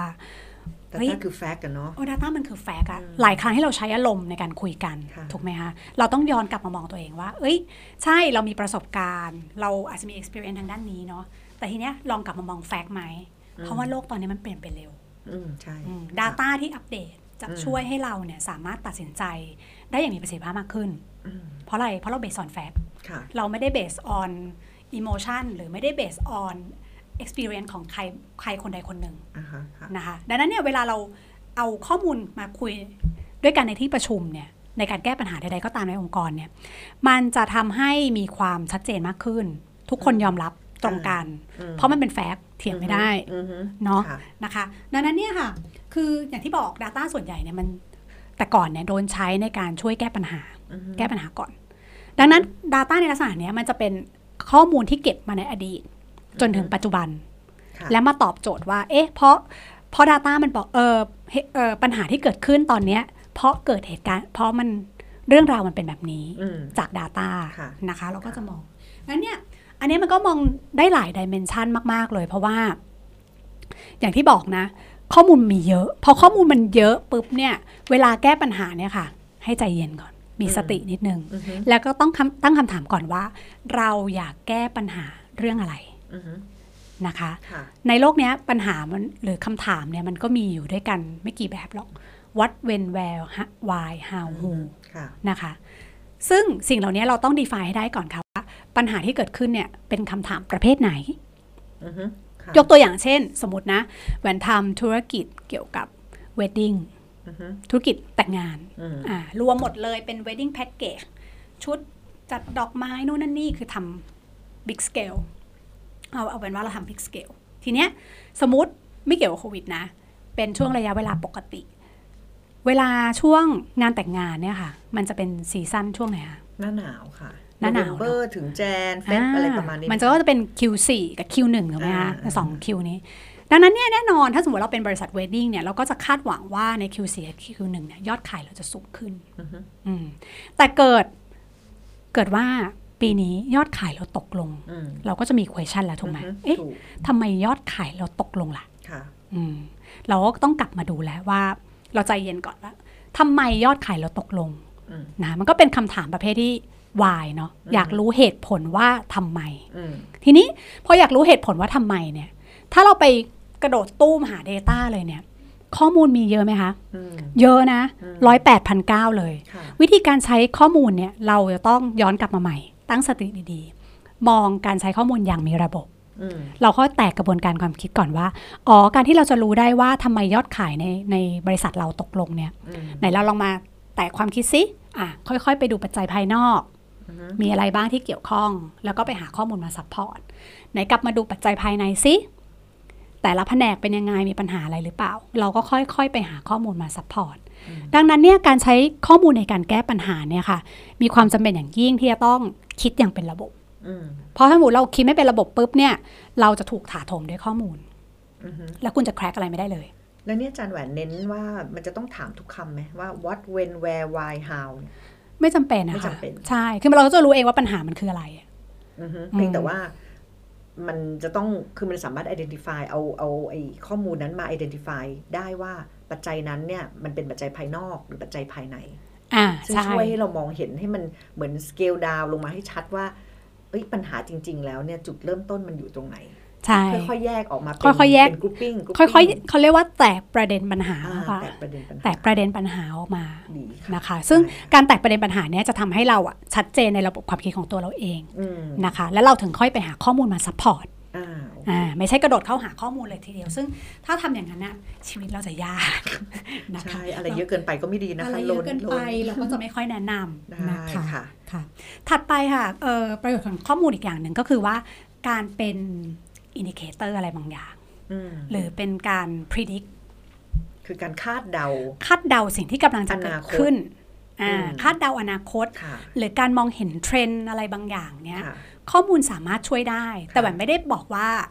A: Data คือแฟกต์กันเนาะ
B: Data มันคือแฟกต์อะหลายครั้งที่เราใช้อารมณ์ในการคุยกันถูกไหมคะเราต้องย้อนกลับมามองตัวเองว่าใช่เรามีประสบการณ์เราอาจจะมี experience ทางด้านนี้เนาะแต่ทีเนี้ยลองกลับมามองแฟกต์ไหมเพราะว่าโลกตอนนี้มันเปลี่ยนไปเร็ว
A: ใช่
B: Data ที่อัปเดตจะช่วยให้เราเนี่ยสามารถตัดสินใจได้อย่างมีประสิทธิภาพมากขึ้นเพราะอะไรเพราะเรา based on fact เราไม่ได้ based on emotion หรือไม่ได้ based on experience ของใครคนใดคนหนึ่งนะคะดังนั้นเนี่ยเวลาเราเอาข้อมูลมาคุยด้วยกันในที่ประชุมเนี่ยในการแก้ปัญหาใดๆก็ตามในองค์กรเนี่ยมันจะทำให้มีความชัดเจนมากขึ้นทุกคนยอมรับตรงกันเพราะมันเป็นแฟกต์เถียงไม่ได้เนาะนะคะดังนั้นเนี่ยค่ะคืออย่างที่บอก Data ส่วนใหญ่เนี่ยมันแต่ก่อนเนี่ยโดนใช้ในการช่วยแก้ปัญหาก่อนดังนั้น Data ในลักษณะเนี้ยมันจะเป็นข้อมูลที่เก็บมาในอดีตจนถึงปัจจุบันและมาตอบโจทย์ว่าเพราะ Data มันบอกปัญหาที่เกิดขึ้นตอนเนี้ยเพราะเกิดเหตุการณ์เพราะมันเรื่องราวมันเป็นแบบนี้จาก Data นะคะเราก็จะมองงั้นเนี่ยอันนี้มันก็มองได้หลายดิเมนชันมากๆเลยเพราะว่าอย่างที่บอกนะข้อมูลมีเยอะพอข้อมูลมันเยอะปุ๊บเนี่ยเวลาแก้ปัญหาเนี่ยค่ะให้ใจเย็นก่อนมีสตินิดนึงแล้วก็ต้องตั้งคำถามก่อนว่าเราอยากแก้ปัญหาเรื่องอะไรนะคะในโลกนี้ปัญหามันหรือคำถามเนี่ยมันก็มีอยู่ด้วยกันไม่กี่แบบหรอก what when where why how who นะคะซึ่งสิ่งเหล่านี้เราต้อง define ให้ได้ก่อนค่ะว่าปัญหาที่เกิดขึ้นเนี่ยเป็นคำถามประเภทไหนยกตัวอย่างเช่นสมมตินะแหวนทำธุรกิจเกี่ยวกับ wedding ธุรกิจแต่งงานรวมหมดเลยเป็น wedding package ชุดจัดดอกไม้นู่นนั่นนี่คือทำ big scale เอาเป็นว่าเราทำ big scale ทีเนี้ยสมมติไม่เกี่ยวกับโควิดนะเป็นช่วงระยะเวลาปกติเวลาช่วงงานแต่งงานเนี่ยค่ะมันจะเป็นซีซั่นช่วงไหนคะ
A: หน้าหนาวค่ะ
B: หน้าหนาว
A: ถึงแจนเฟบอะไรประมาณนี้
B: มันจะเป็น Q4 กับ Q1 ถูกไหมคะ2 Q นี้ดังนั้นเนี่ยแน่นอนถ้าสมมติเราเป็นบริษัทเวดดิ้งเนี่ยเราก็จะคาดหวังว่าใน Q4 กับ Q1 เนี่ยยอดขายเราจะสูงขึ้นแต่เกิดว่าปีนี้ยอดขายเราตกลงเราก็จะมี question แล้วถูกไหมทำไมยอดขายเราตกลงล่ะเราก็ต้องกลับมาดูแล้วว่าเราใจเย็นก่อนว่าทำไมยอดขายเราตกลงนะมันก็เป็นคำถามประเภทที่ why เนาะอยากรู้เหตุผลว่าทำไมทีนี้พออยากรู้เหตุผลว่าทำไมเนี่ยถ้าเราไปกระโดดตู้มหา Data เลยเนี่ยข้อมูลมีเยอะไหมคะเยอะนะ108,900เลยวิธีการใช้ข้อมูลเนี่ยเราจะต้องย้อนกลับมาใหม่ตั้งสติดีๆมองการใช้ข้อมูลอย่างมีระบบเราก็แตกกระบวนการความคิดก่อนว่าการที่เราจะรู้ได้ว่าทำไมยอดขายในบริษัทเราตกลงเนี่ยไหนเราลองมาแตกความคิดซิค่อยๆไปดูปัจจัยภายนอกมีอะไรบ้างที่เกี่ยวข้องแล้วก็ไปหาข้อมูลมาซัพพอร์ตไหนกลับมาดูปัจจัยภายในซิแต่ละแผนกเป็นยังไงมีปัญหาอะไรหรือเปล่าเราก็ค่อยๆไปหาข้อมูลมาซัพพอร์ตดังนั้นเนี่ยการใช้ข้อมูลในการแก้ปัญหาเนี่ยค่ะมีความจำเป็นอย่างยิ่งที่จะต้องคิดอย่างเป็นระบบเพราะถ้าสมมติเราคิดไม่เป็นระบบปุ๊บเนี่ยเราจะถูกถาโถมด้วยข้อมูลแล้วคุณจะแคร็กอะไรไม่ได้เลย
A: แล้วเนี่ยอาจารย์แหวนเน้นว่ามันจะต้องถามทุกคำไหมว่า what when where why how
B: ไม่จำเป็นนะคะใช่คือเราก็จะรู้เองว่าปัญหามันคืออะไร
A: เพียงแต่ว่ามันจะต้องคือมันสามารถ identify เอาไอ้ข้อมูลนั้นมา identify ได้ว่าปัจจัยนั้นเนี่ยมันเป็นปัจจัยภายนอกหรือปัจจัยภายในซึ่งช่วยให้เรามองเห็นให้มันเหมือน scale down ลงมาให้ชัดว่าปัญหาจริงๆแล้วเนี่ยจุดเริ่มต้นมันอยู่ตรงไหน
B: ใช่
A: ค่อยๆแยกออกมา
B: เป็นกรุ๊ปปิ้งค่อยๆเขาเรียกว่าแตกประเด็นปัญหาค่ะแตกประเด็นปัญหาออกมานะคะซึ่งการแตกประเด็นปัญหาเนี้ยจะทำให้เราชัดเจนในระบบความคิดของตัวเราเองนะคะแล้วเราถึงค่อยไปหาข้อมูลมาซัพพอร์ตไม่ใช่กระโดดเข้าหาข้อมูลเลยทีเดียวซึ่งถ้าทำอย่างนั้นนะชีวิตเราจะยาก
A: นะคะใช่อะไรเยอะเกินไปก็ไม่ดีนะคะ
B: อะไรเยอะเกินไปเราก็จะไม่ค่อยแนะนำนะคะถัดไปค่ะประโยชน์ของข้อมูลอีกอย่างหนึ่งก็คือว่าการเป็นอินดิเคเตอร์อะไรบางอย่างหรือเป็นการ predict
A: คือการคาดเดา
B: สิ่งที่กำลังจะเกิดขึ้นคาดเดาอนาคตหรือการมองเห็นเทรนด์อะไรบางอย่างเนี้ยข้อมูลสามารถช่วยได้แต่แบบไม่ได้บอกว่า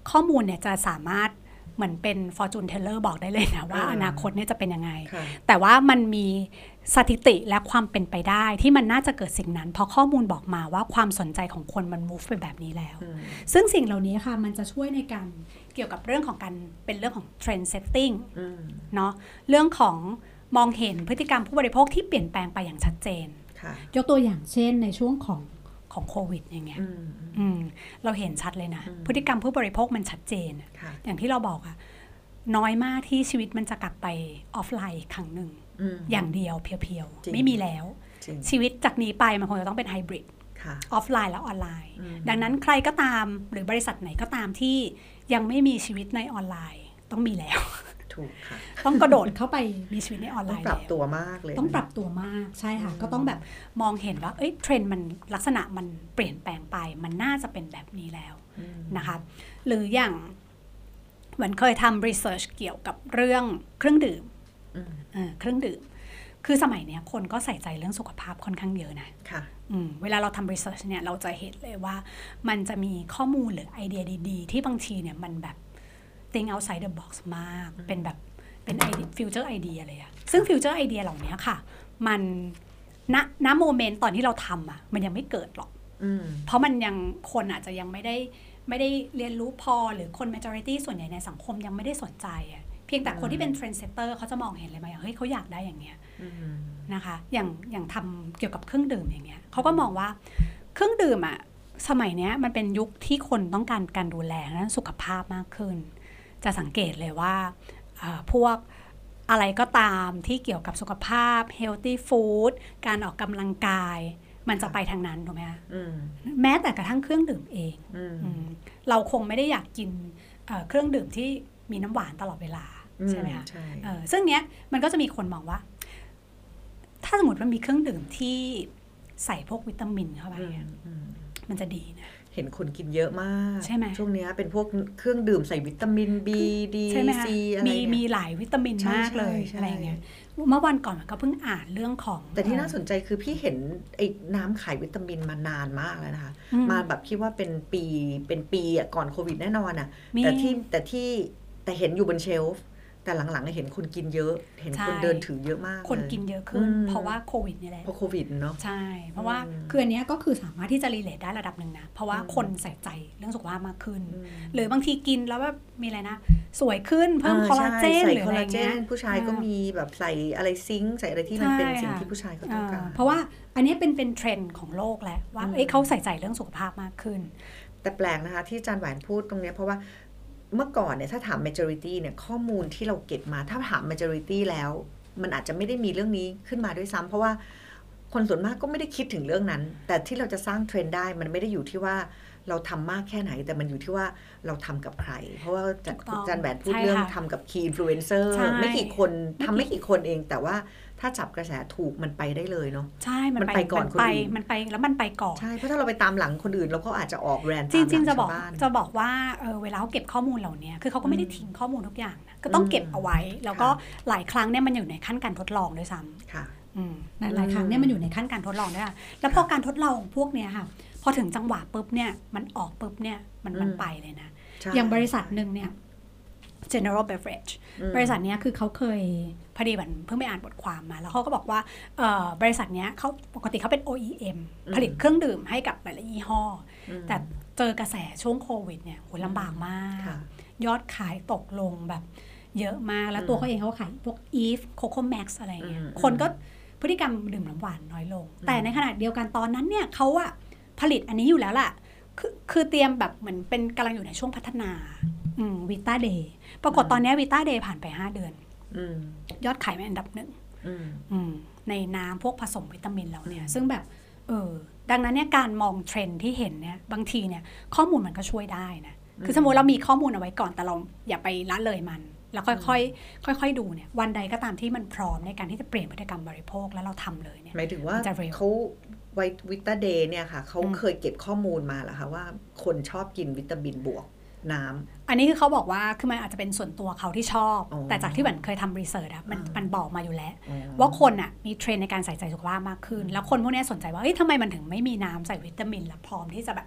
B: ข้อมูลเนี่ยจะสามารถเหมือนเป็น fortune teller บอกได้เลยนะว่าอนาคตเนี่ยจะเป็นยังไงแต่ว่ามันมีสถิติและความเป็นไปได้ที่มันน่าจะเกิดสิ่งนั้นเพราะข้อมูลบอกมาว่าความสนใจของคนมัน move ไปแบบนี้แล้วซึ่งสิ่งเหล่านี้ค่ะมันจะช่วยในการเกี่ยวกับเรื่องของการเป็นเรื่องของ trend setting เนาะเรื่องของมองเห็นพฤติกรรมผู้บริโภคที่เปลี่ยนแปลงไปอย่างชัดเจนยกตัวอย่างเช่นในช่วงของโควิดอย่างเงี้ยเราเห็นชัดเลยนะพฤติกรรมผู้บริโภคมันชัดเจนอย่างที่เราบอกอะน้อยมากที่ชีวิตมันจะกลับไปออฟไลน์อีกครั้งหนึ่งอย่างเดียวเพียวๆไม่มีแล้วชีวิตจากนี้ไปมันคงจะต้องเป็นไฮบริดออฟไลน์แล้วออนไลน์ดังนั้นใครก็ตามหรือบริษัทไหนก็ตามที่ยังไม่มีชีวิตในออนไลน์ต้องมีแล้วต้องกระโดดเข้าไปมีชีวิตในออนไลน์
A: ต้องปรับตัวมากเลย
B: ต้องปรับตัวมากใช่ค่ะก็ต้องแบบมองเห็นว่าเทรนด์มันลักษณะมันเปลี่ยนแปลงไปมันน่าจะเป็นแบบนี้แล้วนะคะหรืออย่างเหมือนเคยทำรีเสิร์ชเกี่ยวกับเรื่องเครื่องดื่มเครื่องดื่มคือสมัยนี้คนก็ใส่ใจเรื่องสุขภาพค่อนข้างเยอะนะเวลาเราทำรีเสิร์ชเนี่ยเราจะเห็นเลยว่ามันจะมีข้อมูลหรือไอเดียดีๆที่บางทีเนี่ยมันแบบthink outside the box มากเป็นแบบเป็นฟิวเจอร์ไอเดียเลยอะซึ่งฟิวเจอร์ไอเดียเหล่านี้ค่ะมันณโมเมนต์ตอนที่เราทำอะมันยังไม่เกิดหรอกเพราะมันยังคนอาจจะยังไม่ได้เรียนรู้พอหรือคน majority ส่วนใหญ่ในสังคมยังไม่ได้สนใจอะเพียงแต่คนที่เป็น trendsetter เขาจะมองเห็นเลยมาอย่างเฮ้ยเขาอยากได้อย่างเงี้ยนะคะอย่างทำเกี่ยวกับเครื่องดื่มอย่างเงี้ยเขาก็มองว่าเครื่องดื่มอะสมัยเนี้ยมันเป็นยุคที่คนต้องการดูแลนะสุขภาพมากขึ้นจะสังเกตเลยว่าพวกอะไรก็ตามที่เกี่ยวกับสุขภาพ healthy food การออกกำลังกายมันจะไปทางนั้นถูกไหมคะแม้แต่กระทั่งเครื่องดื่มเองเราคงไม่ได้อยากกินเครื่องดื่มที่มีน้ำหวานตลอดเวลาใช่ไหมคะซึ่งเนี้ยมันก็จะมีคนมองว่าถ้าสมมติมันมีเครื่องดื่มที่ใส่พวกวิตามินเข้าไปมันจะดีนะ
A: เห็นคนกินเยอะมาก
B: ใช่ไหม
A: ช่วงนี้เป็นพวกเครื่องดื่มใส่วิตามิน B D C อะไร
B: มีหลายวิตามินมากเลยอะไรเงี้ยเมื่อวันก่อนก็เพิ่งอ่านเรื่องของ
A: แต่ที่น่าสนใจคือพี่เห็นไอ้น้ำขายวิตามินมานานมากแล้วนะคะมาแบบคิดว่าเป็นปีก่อนโควิดแน่นอนอ่ะแต่เห็นอยู่บนเชลฟ์แต่หลังๆเห็นคนกินเยอะเห็นคนเดินถือเยอะมาก
B: คนกินเยอะขึ้นเพราะว่าโควิดนี่แหละ
A: เพราะโควิดเนาะ
B: ใช่เพราะว่าคืออันนี้ก็คือสามารถที่จะรีเลทได้ระดับหนึ่งนะเพราะว่าคนใส่ใจเรื่องสุขภาพมากขึ้นหรือบางทีกินแล้วแบบมีอะไรนะสวยขึ้นเพิ่มคอลลาเจนหรืออะไรเงี้ย
A: ผู้ชายก็มีแบบใส่อะไรซิงค์ใส่อะไรที่มันเป็นสิ่งที่ผู้ชายเขาต้องการ
B: เพราะว่าอันนี้เป็นเทรนด์ของโลกแล้วว่าเขาใส่ใจเรื่องสุขภาพมากขึ้น
A: แต่แปลกนะคะที่อาจารย์แหวนพูดตรงนี้เพราะว่าเมื่อก่อนเนี่ยถ้าถาม majority เนี่ยข้อมูลที่เราเก็บมาถ้าถาม majority แล้วมันอาจจะไม่ได้มีเรื่องนี้ขึ้นมาด้วยซ้ำเพราะว่าคนส่วนมากก็ไม่ได้คิดถึงเรื่องนั้นแต่ที่เราจะสร้างเทรนด์ได้มันไม่ได้อยู่ที่ว่าเราทำมากแค่ไหนแต่มันอยู่ที่ว่าเราทำกับใครเพราะว่าอาจารย์แบนพูดเรื่องทำกับ key influencer ไม่กี่คนทำไม่กี่คนเองแต่ว่าถ้าจับกระแสถูกมันไปได้เลยเนาะ
B: ใช่มันไปก่อนคนอื่นมันไปแล้วมันไปก่อน
A: ใช่เพราะถ้าเราไปตามหลังคนอื่นเราก็อาจจะออกแบรนด์
B: จริงๆจะบอกว่าเวลาเขาเก็บข้อมูลเหล่านี้คือเขาก็ไม่ได้ทิ้งข้อมูลทุกอย่างนะก็ต้องเก็บเอาไว้แล้วก็หลายครั้งเนี่ยมันอยู่ในขั้นการทดลองด้วยซ้ำหลายครั้งเนี่ยมันอยู่ในขั้นการทดลองด้วยแล้วพอการทดลองพวกเนี้ยค่ะพอถึงจังหวะปุ๊บเนี่ยมันออกปุ๊บเนี่ยมันไปเลยนะอย่างบริษัทนึงเนี่ย General Beverage บริษัทนี้คือเขาเคยพอดีวันเพิ่งไปอ่านบทความมาแล้วเขาก็บอกว่าบริษัทนี้เขาปกติเขาเป็น OEM ผลิตเครื่องดื่มให้กับหลายๆยี่ห้อแต่เจอกระแสช่วงโควิดเนี่ยโหลำบากมากยอดขายตกลงแบบเยอะมากแล้วตัวเขาเองเขาขายพวก Eve Coco Max อะไรเงี้ยคนก็พฤติกรรมดื่มน้ำหวานน้อยลงแต่ในขณะเดียวกันตอนนั้นเนี่ยเขาอะผลิตอันนี้อยู่แล้วล่ะคือเตรียมแบบเหมือนเป็นกำลังอยู่ในช่วงพัฒนาวิต้าเดย์ปรากฏตอนนี้วิต้าเดย์ผ่านไป5 เดือนยอดขายเป็นอันดับ1ในน้ำพวกผสมวิตามินแล้วเนี่ยซึ่งแบบดังนั้นเนี่ยการมองเทรนด์ที่เห็นเนี่ยบางทีเนี่ยข้อมูลมันก็ช่วยได้นะคือสมมติเรามีข้อมูลเอาไว้ก่อนแต่เราอย่าไปละเลยมันแล้วค่อยๆดูเนี่ยวันใดก็ตามที่มันพร้อมในการที่จะเปลี่ยนพฤติกรรมบริโภคแล้วเราทำเลยเนี่ย
A: หมายถึงว่าเขาวิตาเดย์เนี่ยค่ะเขาเคยเก็บข้อมูลมาเหรอคะว่าคนชอบกินวิตามินบวกน้ำ
B: อันนี้คือเขาบอกว่าคือมันอาจจะเป็นส่วนตัวเขาที่ชอบแต่จากที่เคยทำรีเสิร์ชอะมันบอกมาอยู่แล้วว่าคนอะมีเทรนในการใส่ใจสุขภาพมากขึ้นแล้วคนพวกนี้สนใจว่าทำไมมันถึงไม่มีน้ำใส่วิตามินและพร้อมที่จะแบบ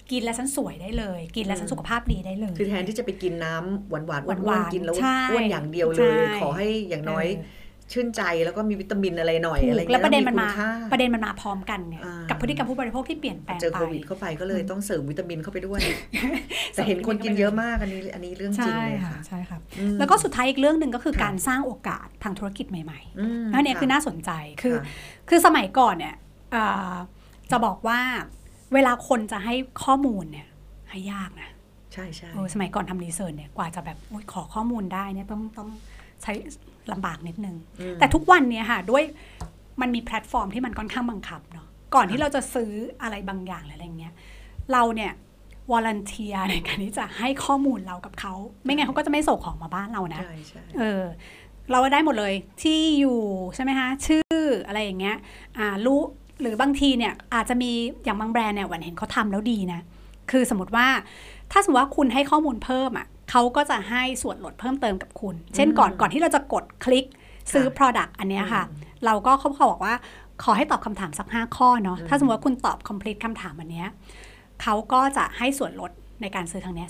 B: กินแล้วฉันสวยได้เลยกินแล้วฉันสุขภาพดีได้เลย
A: คือแทนที่จะไปกินน้ำหวานๆอ้วนๆกินแล้วอ้วนอย่างเดียวเลยขอให้อย่างน้อยชื่นใจแล้วก็มีวิตามินอะไรหน่อยอะไรเงี้ย
B: แล้วประเด็นมันมาพร้อมกันเนี่ยกับพฤติกรรมผู้บริโภคที่เปลี่ยนแปลงไป
A: เจอโควิดเข้าไปก็เลยต้องเสริมวิตามินเข้าไปด้วยแต่เห็นคนกินเยอะมากอันนี้เรื่องจริงเลยค่ะ
B: ใช่ค่ะแล้วก็สุดท้ายอีกเรื่องนึงก็คือการสร้างโอกาสทางธุรกิจใหม่ๆนั่นเนี่ยคือน่าสนใจคือสมัยก่อนเนี่ยจะบอกว่าเวลาคนจะให้ข้อมูลเนี่ยให้ยากนะ
A: ใช่ใช่
B: สมัยก่อนทำรีเสิร์ชเนี่ยกว่าจะแบบขอข้อมูลได้เนี่ยต้องใช้ลำบากนิดนึงแต่ทุกวันเนี่ยค่ะด้วยมันมีแพลตฟอร์มที่มันค่อนข้างบังคับเนาะก่อนที่เราจะซื้ออะไรบางอย่างอะไรเงี้ยเราเนี่ยวอลันเทียในการที่จะให้ข้อมูลเรากับเขาไม่งั้นเขาก็จะไม่ส่งของมาบ้านเรานะเราได้หมดเลยที่อยู่ใช่ไหมคะชื่ออะไรอย่างเงี้ยรู้หรือบางทีเนี่ยอาจจะมีอย่างบางแบรนด์เนี่ยวันเห็นเขาทำแล้วดีนะคือสมมติว่าถ้าสมมติว่าคุณให้ข้อมูลเพิ่มเขาก็จะให้ส่วนลดเพิ่มเติมกับคุณเช่นก่อนที่เราจะกดคลิกซื้อ product อันนี้ค่ะเราก็เขาบอกว่าขอให้ตอบคำถามสัก5ข้อเนาะถ้าสมมติว่าคุณตอบ complete คำถามอันนี้เขาก็จะให้ส่วนลดในการซื้อครั้งนี้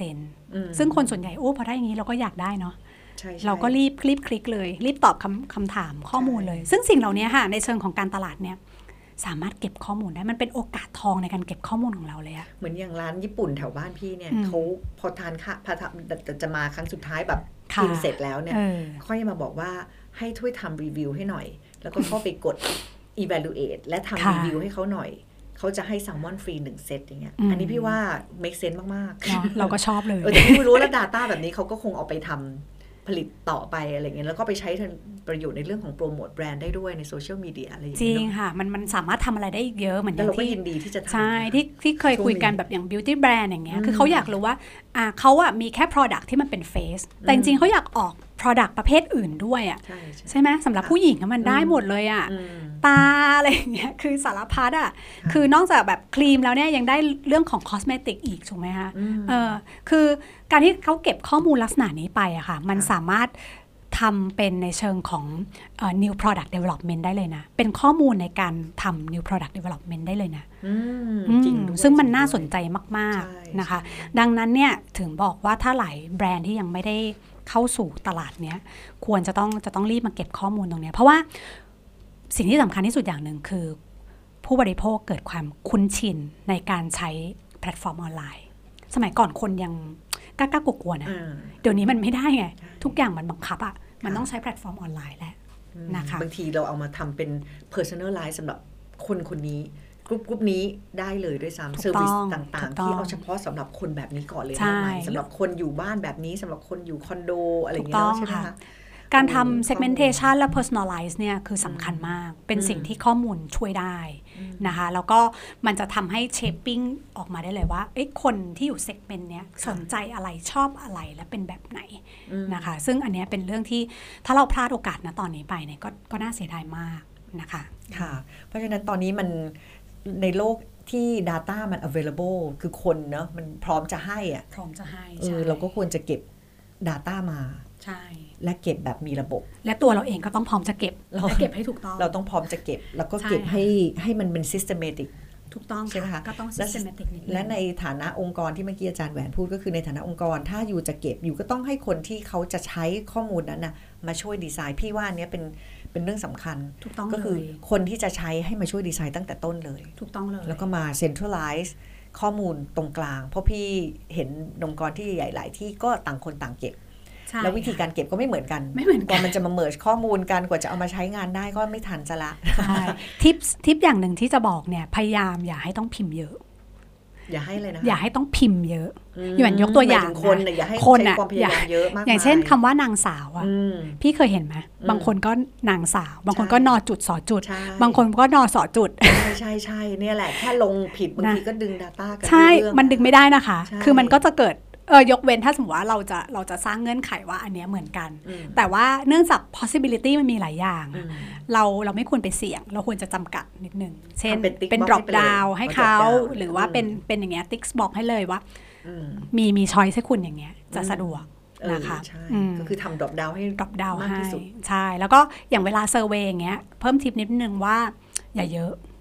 B: 10% ซึ่งคนส่วนใหญ่พอได้อย่างนี้เราก็อยากได้เนาะเราก็รีบคลิกเลยรีบตอบคำถามข้อมูลเลยซึ่งสิ่งเหล่านี้ค่ะในเชิงของการตลาดเนี่ยสามารถเก็บข้อมูลได้มันเป็นโอกาสทองในการเก็บข้อมูลของเราเลยอะ
A: เหมือนอย่างร้านญี่ปุ่นแถวบ้านพี่เนี่ยเขาพอทานค่ะจะมาครั้งสุดท้ายแบบกินเสร็จแล้วเนี่ยค่อยมาบอกว่าให้ช่วยทำรีวิวให้หน่อยแล้วก็เข้าไปกด evaluate และทำรีวิวให้เขาหน่อยเขาจะให้แซลมอนฟรี1เซตอย่างเงี้ยอันนี้พี่ว่า make sense มาก
B: ๆเราก็ชอบเลย
A: แต่พี่ไม่รู้แล้ว data แบบนี้เขาก็คงเอาไปทำผลิตต่อไปอะไรเงี้ยแล้วก็ไปใช้ประโยชน์ในเรื่องของโปรโมทแบรนด์ได้ด้วยในโซเชียลมีเดียอะไรอย่างเงี้ย
B: จริงค่ะมันสามารถทำอะไรได้เยอะเหมือน
A: เราก็ยินดีที่จะทำ
B: ใช่ที่เคยคุยกันแบบอย่าง beauty brand อย่างเงี้ยคือเขาอยากรู้ว่าเขามีแค่ product ที่มันเป็น face แต่จริงๆเขาอยากออก product ประเภทอื่นด้วยใช่ไหมสำหรับผู้หญิงมันได้หมดเลยตาอะไรอย่างเงี้ยคือสารพัดคือนอกจากแบบครีมแล้วเนี่ยยังได้เรื่องของคอสเมติกอีกถูกไหมคะคือการที่เขาเก็บข้อมูลลักษณะนี้ไปค่ะมันสามารถทำเป็นในเชิงของnew product development ได้เลยนะเป็นข้อมูลในการทำ new product development ได้เลยนะซึ่งมันน่าสนใจมากๆนะคะดังนั้นเนี่ยถึงบอกว่าถ้าหลายแบรนด์ที่ยังไม่ได้เข้าสู่ตลาดเนี้ยควรจะต้องรีบมาเก็บข้อมูลตรงนี้เพราะว่าสิ่งที่สำคัญที่สุดอย่างหนึ่งคือผู้บริโภคเกิดความคุ้นชินในการใช้แพลตฟอร์มออนไลน์สมัยก่อนคนยังกล้ากลัวๆนะเดี๋ยวนี้มันไม่ได้ไงทุกอย่างมันบังคับมันต้องใช้แพลตฟอร์มออนไลน์แล้วนะคะ
A: บางทีเราเอามาทำเป็น personalize สำหรับคนนี้กรุ๊ปนี้ได้เลยด้วยซ้ำเซอร์วิสต่างๆที่เอาเฉพาะสำหรับคนแบบนี้ก่อนเลยสำหรับคนอยู่บ้านแบบนี้สำหรับคนอยู่คอนโดอะไรอย่างเงี้ยใช่ไหมคะ
B: การทำ segmentation และ personalize เนี่ยคือสำคัญมากเป็นสิ่งที่ข้อมูลช่วยได้นะคะแล้วก็มันจะทำให้ shaping ออกมาได้เลยว่าคนที่อยู่ segment เนี้ยสนใจอะไรชอบอะไรและเป็นแบบไหนนะคะซึ่งอันนี้เป็นเรื่องที่ถ้าเราพลาดโอกาสนะตอนนี้ไปเนี่ยก็น่าเสียดายมากนะคะ
A: ค่ะเพราะฉะนั้นตอนนี้มันในโลกที่ data มัน available คือคนเนาะมันพร้อมจะให้
B: พร้อมจะให้
A: เราก็ควรจะเก็บ data มา
B: ใช่
A: และเก็บแบบมีระบบ
B: และตัวเราเองก็ต้องพร้อมจะเก็บและเก็บให้ถูกต้อง
A: เราต้องพร้อมจะเก็บแล้วก็เก็บให้มันเป็น systematic
B: ถูกต้อง
A: ใช่ไหมคะ
B: ก็ต้อง systematic นิดนึง
A: และในฐานะองค์กรที่เมื่อกี้อาจารย์แหวนพูดก็คือในฐานะองค์กรถ้าอยู่จะเก็บอยู่ก็ต้องให้คนที่เขาจะใช้ข้อมูลนั้นนะมาช่วยดีไซน์พี่ว่าอันนี้เป็นเรื่องสำคัญก็คือคนที่จะใช้ให้มาช่วยดีไซน์ตั้งแต่ต้นเลย
B: ถูกต้องเลย
A: แล้วก็มา centralize ข้อมูลตรงกลางเพราะพี่เห็นองค์กรที่ใหญ่หลายที่ก็ต่างคนต่างเก็บแล้ววิธีการเก็บก็ไม่เหมือนกันกว่ามันจะมาเมิร์จข้อมูลกันกว่าจะเอามาใช้งานได้ก็ไม่ทันจะละ
B: ทิปอย่างหนึ่งที่จะบอกเนี่ยพยายามอย่าให้ต้องพิมพ์เยอะ
A: อย่าให้เลยนะ
B: อย่าให้ต้องพิมพ์เยอะอย่างยกตัวอย่าง
A: คนอย่าให้ใช้ความพยายามเยอะมาก
B: อย่างเช่นคำว่านางสาวพี่เคยเห็นไหมบางคนก็นางสาวบางคนก็นอจุดสอจุดบางคนก็นอสอจุด
A: ใช่เนี่ยแหละแค่ลงผิดบางทีก็ดึง data กัน
B: ใช่มันดึงไม่ได้นะคะคือมันก็จะเกิดยกเว้นถ้าสมมติว่าเราจะสร้างเงื่อนไขว่าอันนี้เหมือนกันแต่ว่าเนื่องจาก possibility มันมีหลายอย่างเราไม่ควรไปเสี่ยงเราควรจะจำกัดนิดนึงเช่นเป็น drop down ให้เขาหรือว่าเป็นอย่างเงี้ย tick box ให้เลยว่ามี choice ให้คุณอย่างเงี้ยจะสะดวกนะคะ
A: ก็คือทำ drop down ให้
B: drop down ให้ใช่แล้วก็อย่างเวลา survey อย่างเงี้ยเพิ่มทิปนิดนึงว่าอย่าเยอะ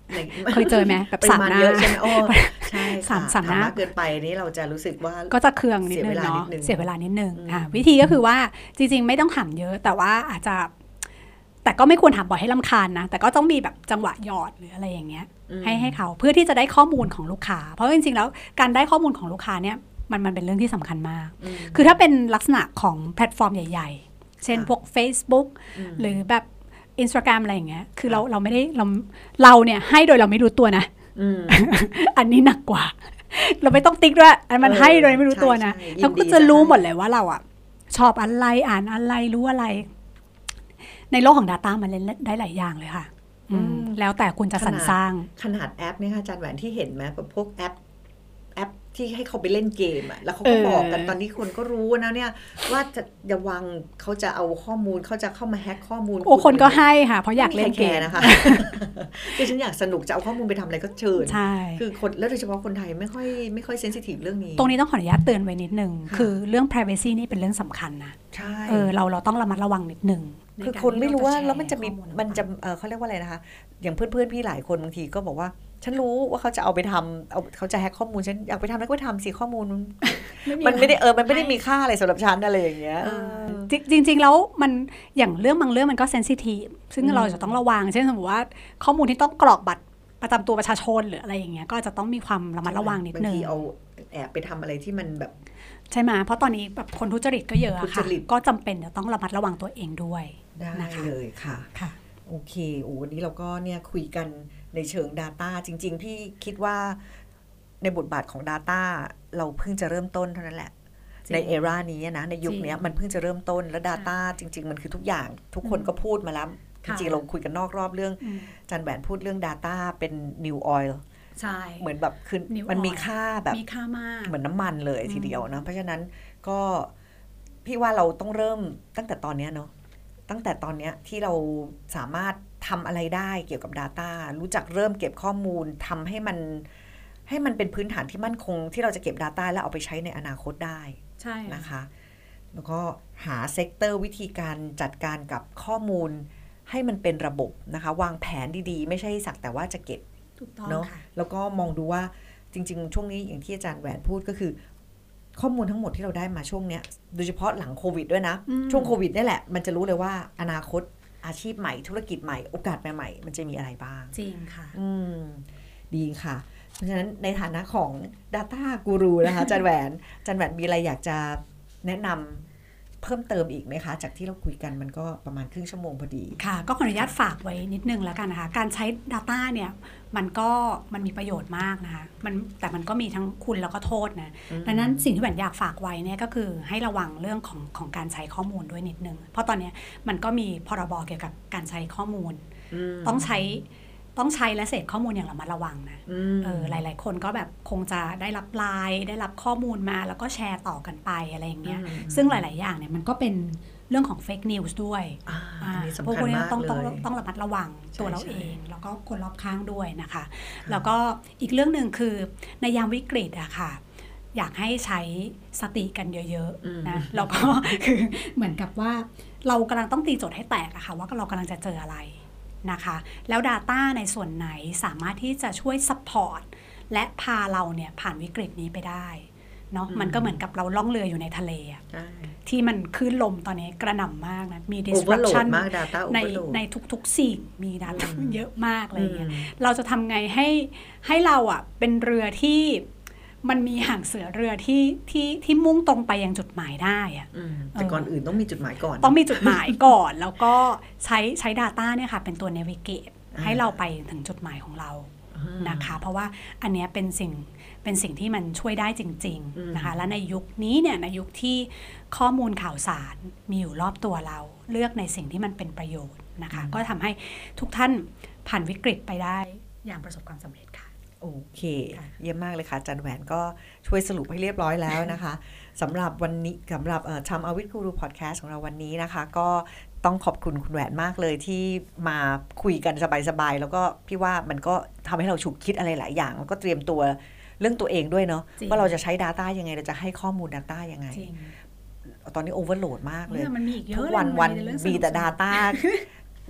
B: เคยเจอไหมแบบสามหน้า
A: เยอะใช่ไหมโอ้ใช่
B: สามหน้า
A: เกินไปนี่เราจะรู้สึกว่า
B: ก็จะเคืองนิดนึงเนาะเสียเวลานิดนึงวิธีก็คือว่าจริงๆไม่ต้องถามเยอะแต่ว่าอาจจะแต่ก็ไม่ควรถามบ่อยให้รำคาญนะแต่ก็ต้องมีแบบจังหวะหยอดหรืออะไรอย่างเงี้ยให้เขาเพื่อที่จะได้ข้อมูลของลูกค้าเพราะจริงๆแล้วการได้ข้อมูลของลูกค้าเนี่ยมันเป็นเรื่องที่สำคัญมากคือถ้าเป็นลักษณะของแพลตฟอร์มใหญ่ๆเช่นพวก Facebook หรือแบบ Instagram อะไรอย่างเงี้ยคือเราไม่ได้เราเนี่ยให้โดยเราไม่รู้ตัวนะอันนี้หนักกว่าเราไม่ต้องติ๊กด้วยอันมันให้โดยไม่รู้ตัวนะเราก็จะรู้หมดเลยว่าเราอ่ะชอบอะไรอ่านอะไรรู้อะไรในโลกของ Data มันเล่นได้หลายอย่างเลยค่ะแล้วแต่คุณจะสรรสร้าง
A: ขนาดแอปเนี่ยค่ะอาจารย์แหวนที่เห็นไหมแบบพวกแอปที่ให้เขาไปเล่นเกมอ่ะแล้วเขาก็บอกกันตอนนี้คนก็รู้นะเนี่ยว่าจะระวังเขาจะเอาข้อมูลเขาจะเข้ามาแฮกข้อมูล
B: คนก็ให้ค่ะเพราะอยากเล่นเกม
A: นะคะคือฉันอยากสนุกจะเอาข้อมูลไปทำอะไรก็เชิญ
B: ใช่
A: คือคนแล้วโดยเฉพาะคนไทยไม่ค่อยเซนซิทีฟเรื่องนี้
B: ตรงนี้ต้องขออนุญาตเตือนไว้นิดนึงคือเรื่อง privacy นี่เป็นเรื่องสำคัญนะ
A: ใช่
B: เราต้องระมัดระวังนิดนึง
A: คือคนไม่รู้ว่าแล้วมันจะเขาเรียกว่าอะไรนะคะอย่างเพื่อนพี่หลายคนบางทีก็บอกว่าฉันรู้ว่าเขาจะเอาไปทำเขาจะแฮกข้อมูลฉันอยากไปทำแล้วก็ทำสิข้อมูลมันไม่ได้มันไม่ได้มีค่าอะไรสำหรับฉันอะไรอย่างเงี้ย
B: จริงๆแล้วมันอย่างเรื่องบางเรื่องมันก็เซนซิทีฟซึ่งเราจะต้องระวังเช่นสมมติว่าข้อมูลที่ต้องกรอกบัตรประจำตัวประชาชนหรืออะไรอย่างเงี้ยก็จะต้องมีความระมัดระวังนิดนึง
A: บางทีเอาแอบไปทำอะไรที่มันแบบ
B: ใช่ไหมเพราะตอนนี้แบบคนทุจริตก็เยอะค่ะก็จำเป็นจะต้องระมัดระวังตัวเองด้วย
A: ได้เลยค่ะโอเควันนี้เราก็เนี่ยคุยกันในเชิง Data จริงๆพี่คิดว่าในบทบาทของ Data เราเพิ่งจะเริ่มต้นเท่านั้นแหละในเอรานี้นะในยุคนี้มันเพิ่งจะเริ่มต้นแล้ว Data จริงๆมันคือทุกอย่างทุกคนก็พูดมาแล้วจริงๆเราคุยกันนอกรอบเรื่องจันแหวนพูดเรื่อง Data เป็น New Oil
B: ใช่
A: เหมือนแบบคือมันมีค่าแบบ
B: มีค่ามาก
A: เหมือนน้ำมันเลยทีเดียวนะเพราะฉะนั้นก็พี่ว่าเราต้องเริ่มตั้งแต่ตอนนี้เนาะตั้งแต่ตอนนี้ที่เราสามารถทำอะไรได้เกี่ยวกับ Data รู้จักเริ่มเก็บข้อมูลทำให้มันเป็นพื้นฐานที่มั่นคงที่เราจะเก็บ Data แล้วเอาไปใช้ในอนาคตได้
B: ใช่
A: นะคะแล้วก็หาเซกเตอร์วิธีการจัดการกับข้อมูลให้มันเป็นระบบนะคะวางแผนดีๆไม่ใช่สักแต่ว่าจะเก็บเนาะแล้วก็มองดูว่าจริงๆช่วงนี้อย่างที่อาจารย์แหวนพูดก็คือข้อมูลทั้งหมดที่เราได้มาช่วงเนี้ยโดยเฉพาะหลังโควิดด้วยนะช่วงโควิดนี่แหละมันจะรู้เลยว่าอนาคตอาชีพใหม่ธุรกิจใหม่โอกาสใหม่ๆมันจะมีอะไรบ้าง
B: จริงค่ะ
A: ดีค่ะเพราะฉะนั้นในฐานะของ Data Guru นะคะจันแหวนมีอะไรอยากจะแนะนำเพิ่มเติมอีกไหมคะจากที่เราคุยกันมันก็ประมาณครึ่งชั่วโมงพอดี
B: ค่ะก็ขออนุญาตฝากไว้นิดนึงแล้วกันนะคะการใช้ Data เนี่ยมันมีประโยชน์มากนะคะแต่มันก็มีทั้งคุณแล้วก็โทษนะดังนั้นสิ่งที่แหวนอยากฝากไว้เนี่ยก็คือให้ระวังเรื่องของการใช้ข้อมูลด้วยนิดนึงเพราะตอนนี้มันก็มีพรบเกี่ยวกับการใช้ข้อมูลต้องใช้และเสพข้อมูลอย่างระมัดระวังนะหลายๆคนก็แบบคงจะได้รับไลน์ได้รับข้อมูลมาแล้วก็แชร์ต่อกันไปอะไรอย่างเงี้ยซึ่งหลายๆอย่างเนี่ยมันก็เป็นเรื่องของเฟกนิวส์ด้วยพวกนี้ต้องระมัดระวังตัวเราเองแล้วก็คนรอบข้างด้วยนะคะแล้วก็อีกเรื่องนึงคือในยามวิกฤตอะค่ะอยากให้ใช้สติกันเยอะๆนะแล้วก็คือเหมือนกับว่าเรากำลังต้องตีโจทย์ให้แตกอะค่ะว่าเรากำลังจะเจออะไรนะคะแล้ว Data ในส่วนไหนสามารถที่จะช่วยซัพพอร์ตและพาเราเนี่ยผ่านวิกฤตนี้ไปได้เนาะมันก็เหมือนกับเราล่องเรืออยู่ในทะเลที่มันคลื่นลมตอนนี้กระหน่ำมากนะมี disruption ในทุกๆสิ่งมี Data เยอะมากเลยเราจะทำไงให้เราอ่ะเป็นเรือที่มันมีหางเสือเรือที่มุ่งตรงไปยังจุดหมายได้อะ
A: แต่ก่อนอื่นต้องมีจุดหมายก่อน
B: ต้องมีจุดหมายก่อนแล้วก็ใช้ Data เนี่ยค่ะเป็นตัว navigate ให้เราไปถึงจุดหมายของเรานะคะเพราะว่าอันนี้เป็นสิ่งที่มันช่วยได้จริงๆนะคะและในยุคนี้เนี่ยในยุคที่ข้อมูลข่าวสารมีอยู่รอบตัวเราเลือกในสิ่งที่มันเป็นประโยชน์นะคะก็ทำให้ทุกท่านผ่านวิกฤตไปได้อย่างประสบความสำเร็จค่ะ
A: โอเคเยี่ยมมากเลยค่ะจันแหวนก็ช่วยสรุปให้เรียบร้อยแล้วนะคะสำหรับวันนี้สำหรับTime Out with Guru Podcast ของเราวันนี้นะคะก็ต้องขอบคุณคุณแหวนมากเลยที่มาคุยกันสบายๆแล้วก็พี่ว่ามันก็ทำให้เราฉุกคิดอะไรหลายอย่างแล้วก็เตรียมตัวเรื่องตัวเองด้วยเนาะว่าเราจะใช้ Data ยังไงเราจะให้ข้อมูล Data ยังไงตอนนี้โอเวอร์โหลดมากเลย
B: มันมีอีกเยอะ
A: ทุกวันมีแต่ Data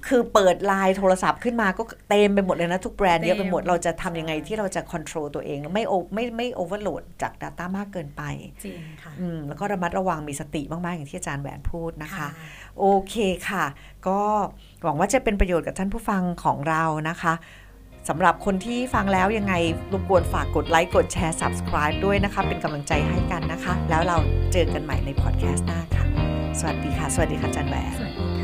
A: คือเปิดไลน์โทรศัพท์ขึ้นมาก็เต็มไปหมดเลยนะทุกแบรนด์เยอะไปหมดเราจะทำยังไงที่เราจะควบคุมตัวเองไม่โอเวอร์โหลดจาก Data มากเกินไป
B: จริงค่ะ
A: แล้วก็ระมัดระวังมีสติมากๆอย่างที่อาจารย์แหวนพูดนะคะโอเคค่ะก็หวังว่าจะเป็นประโยชน์กับท่านผู้ฟังของเรานะคะสำหรับคนที่ฟังแล้วยังไงรบกวนฝากกดไลค์กดแชร์ Subscribe ด้วยนะคะเป็นกำลังใจให้กันนะคะแล้วเราเจอกันใหม่ในพอดแคสต์หน้าค่ะสวัสดีค่ะสวัสดีค่ะอาจารย์แหวน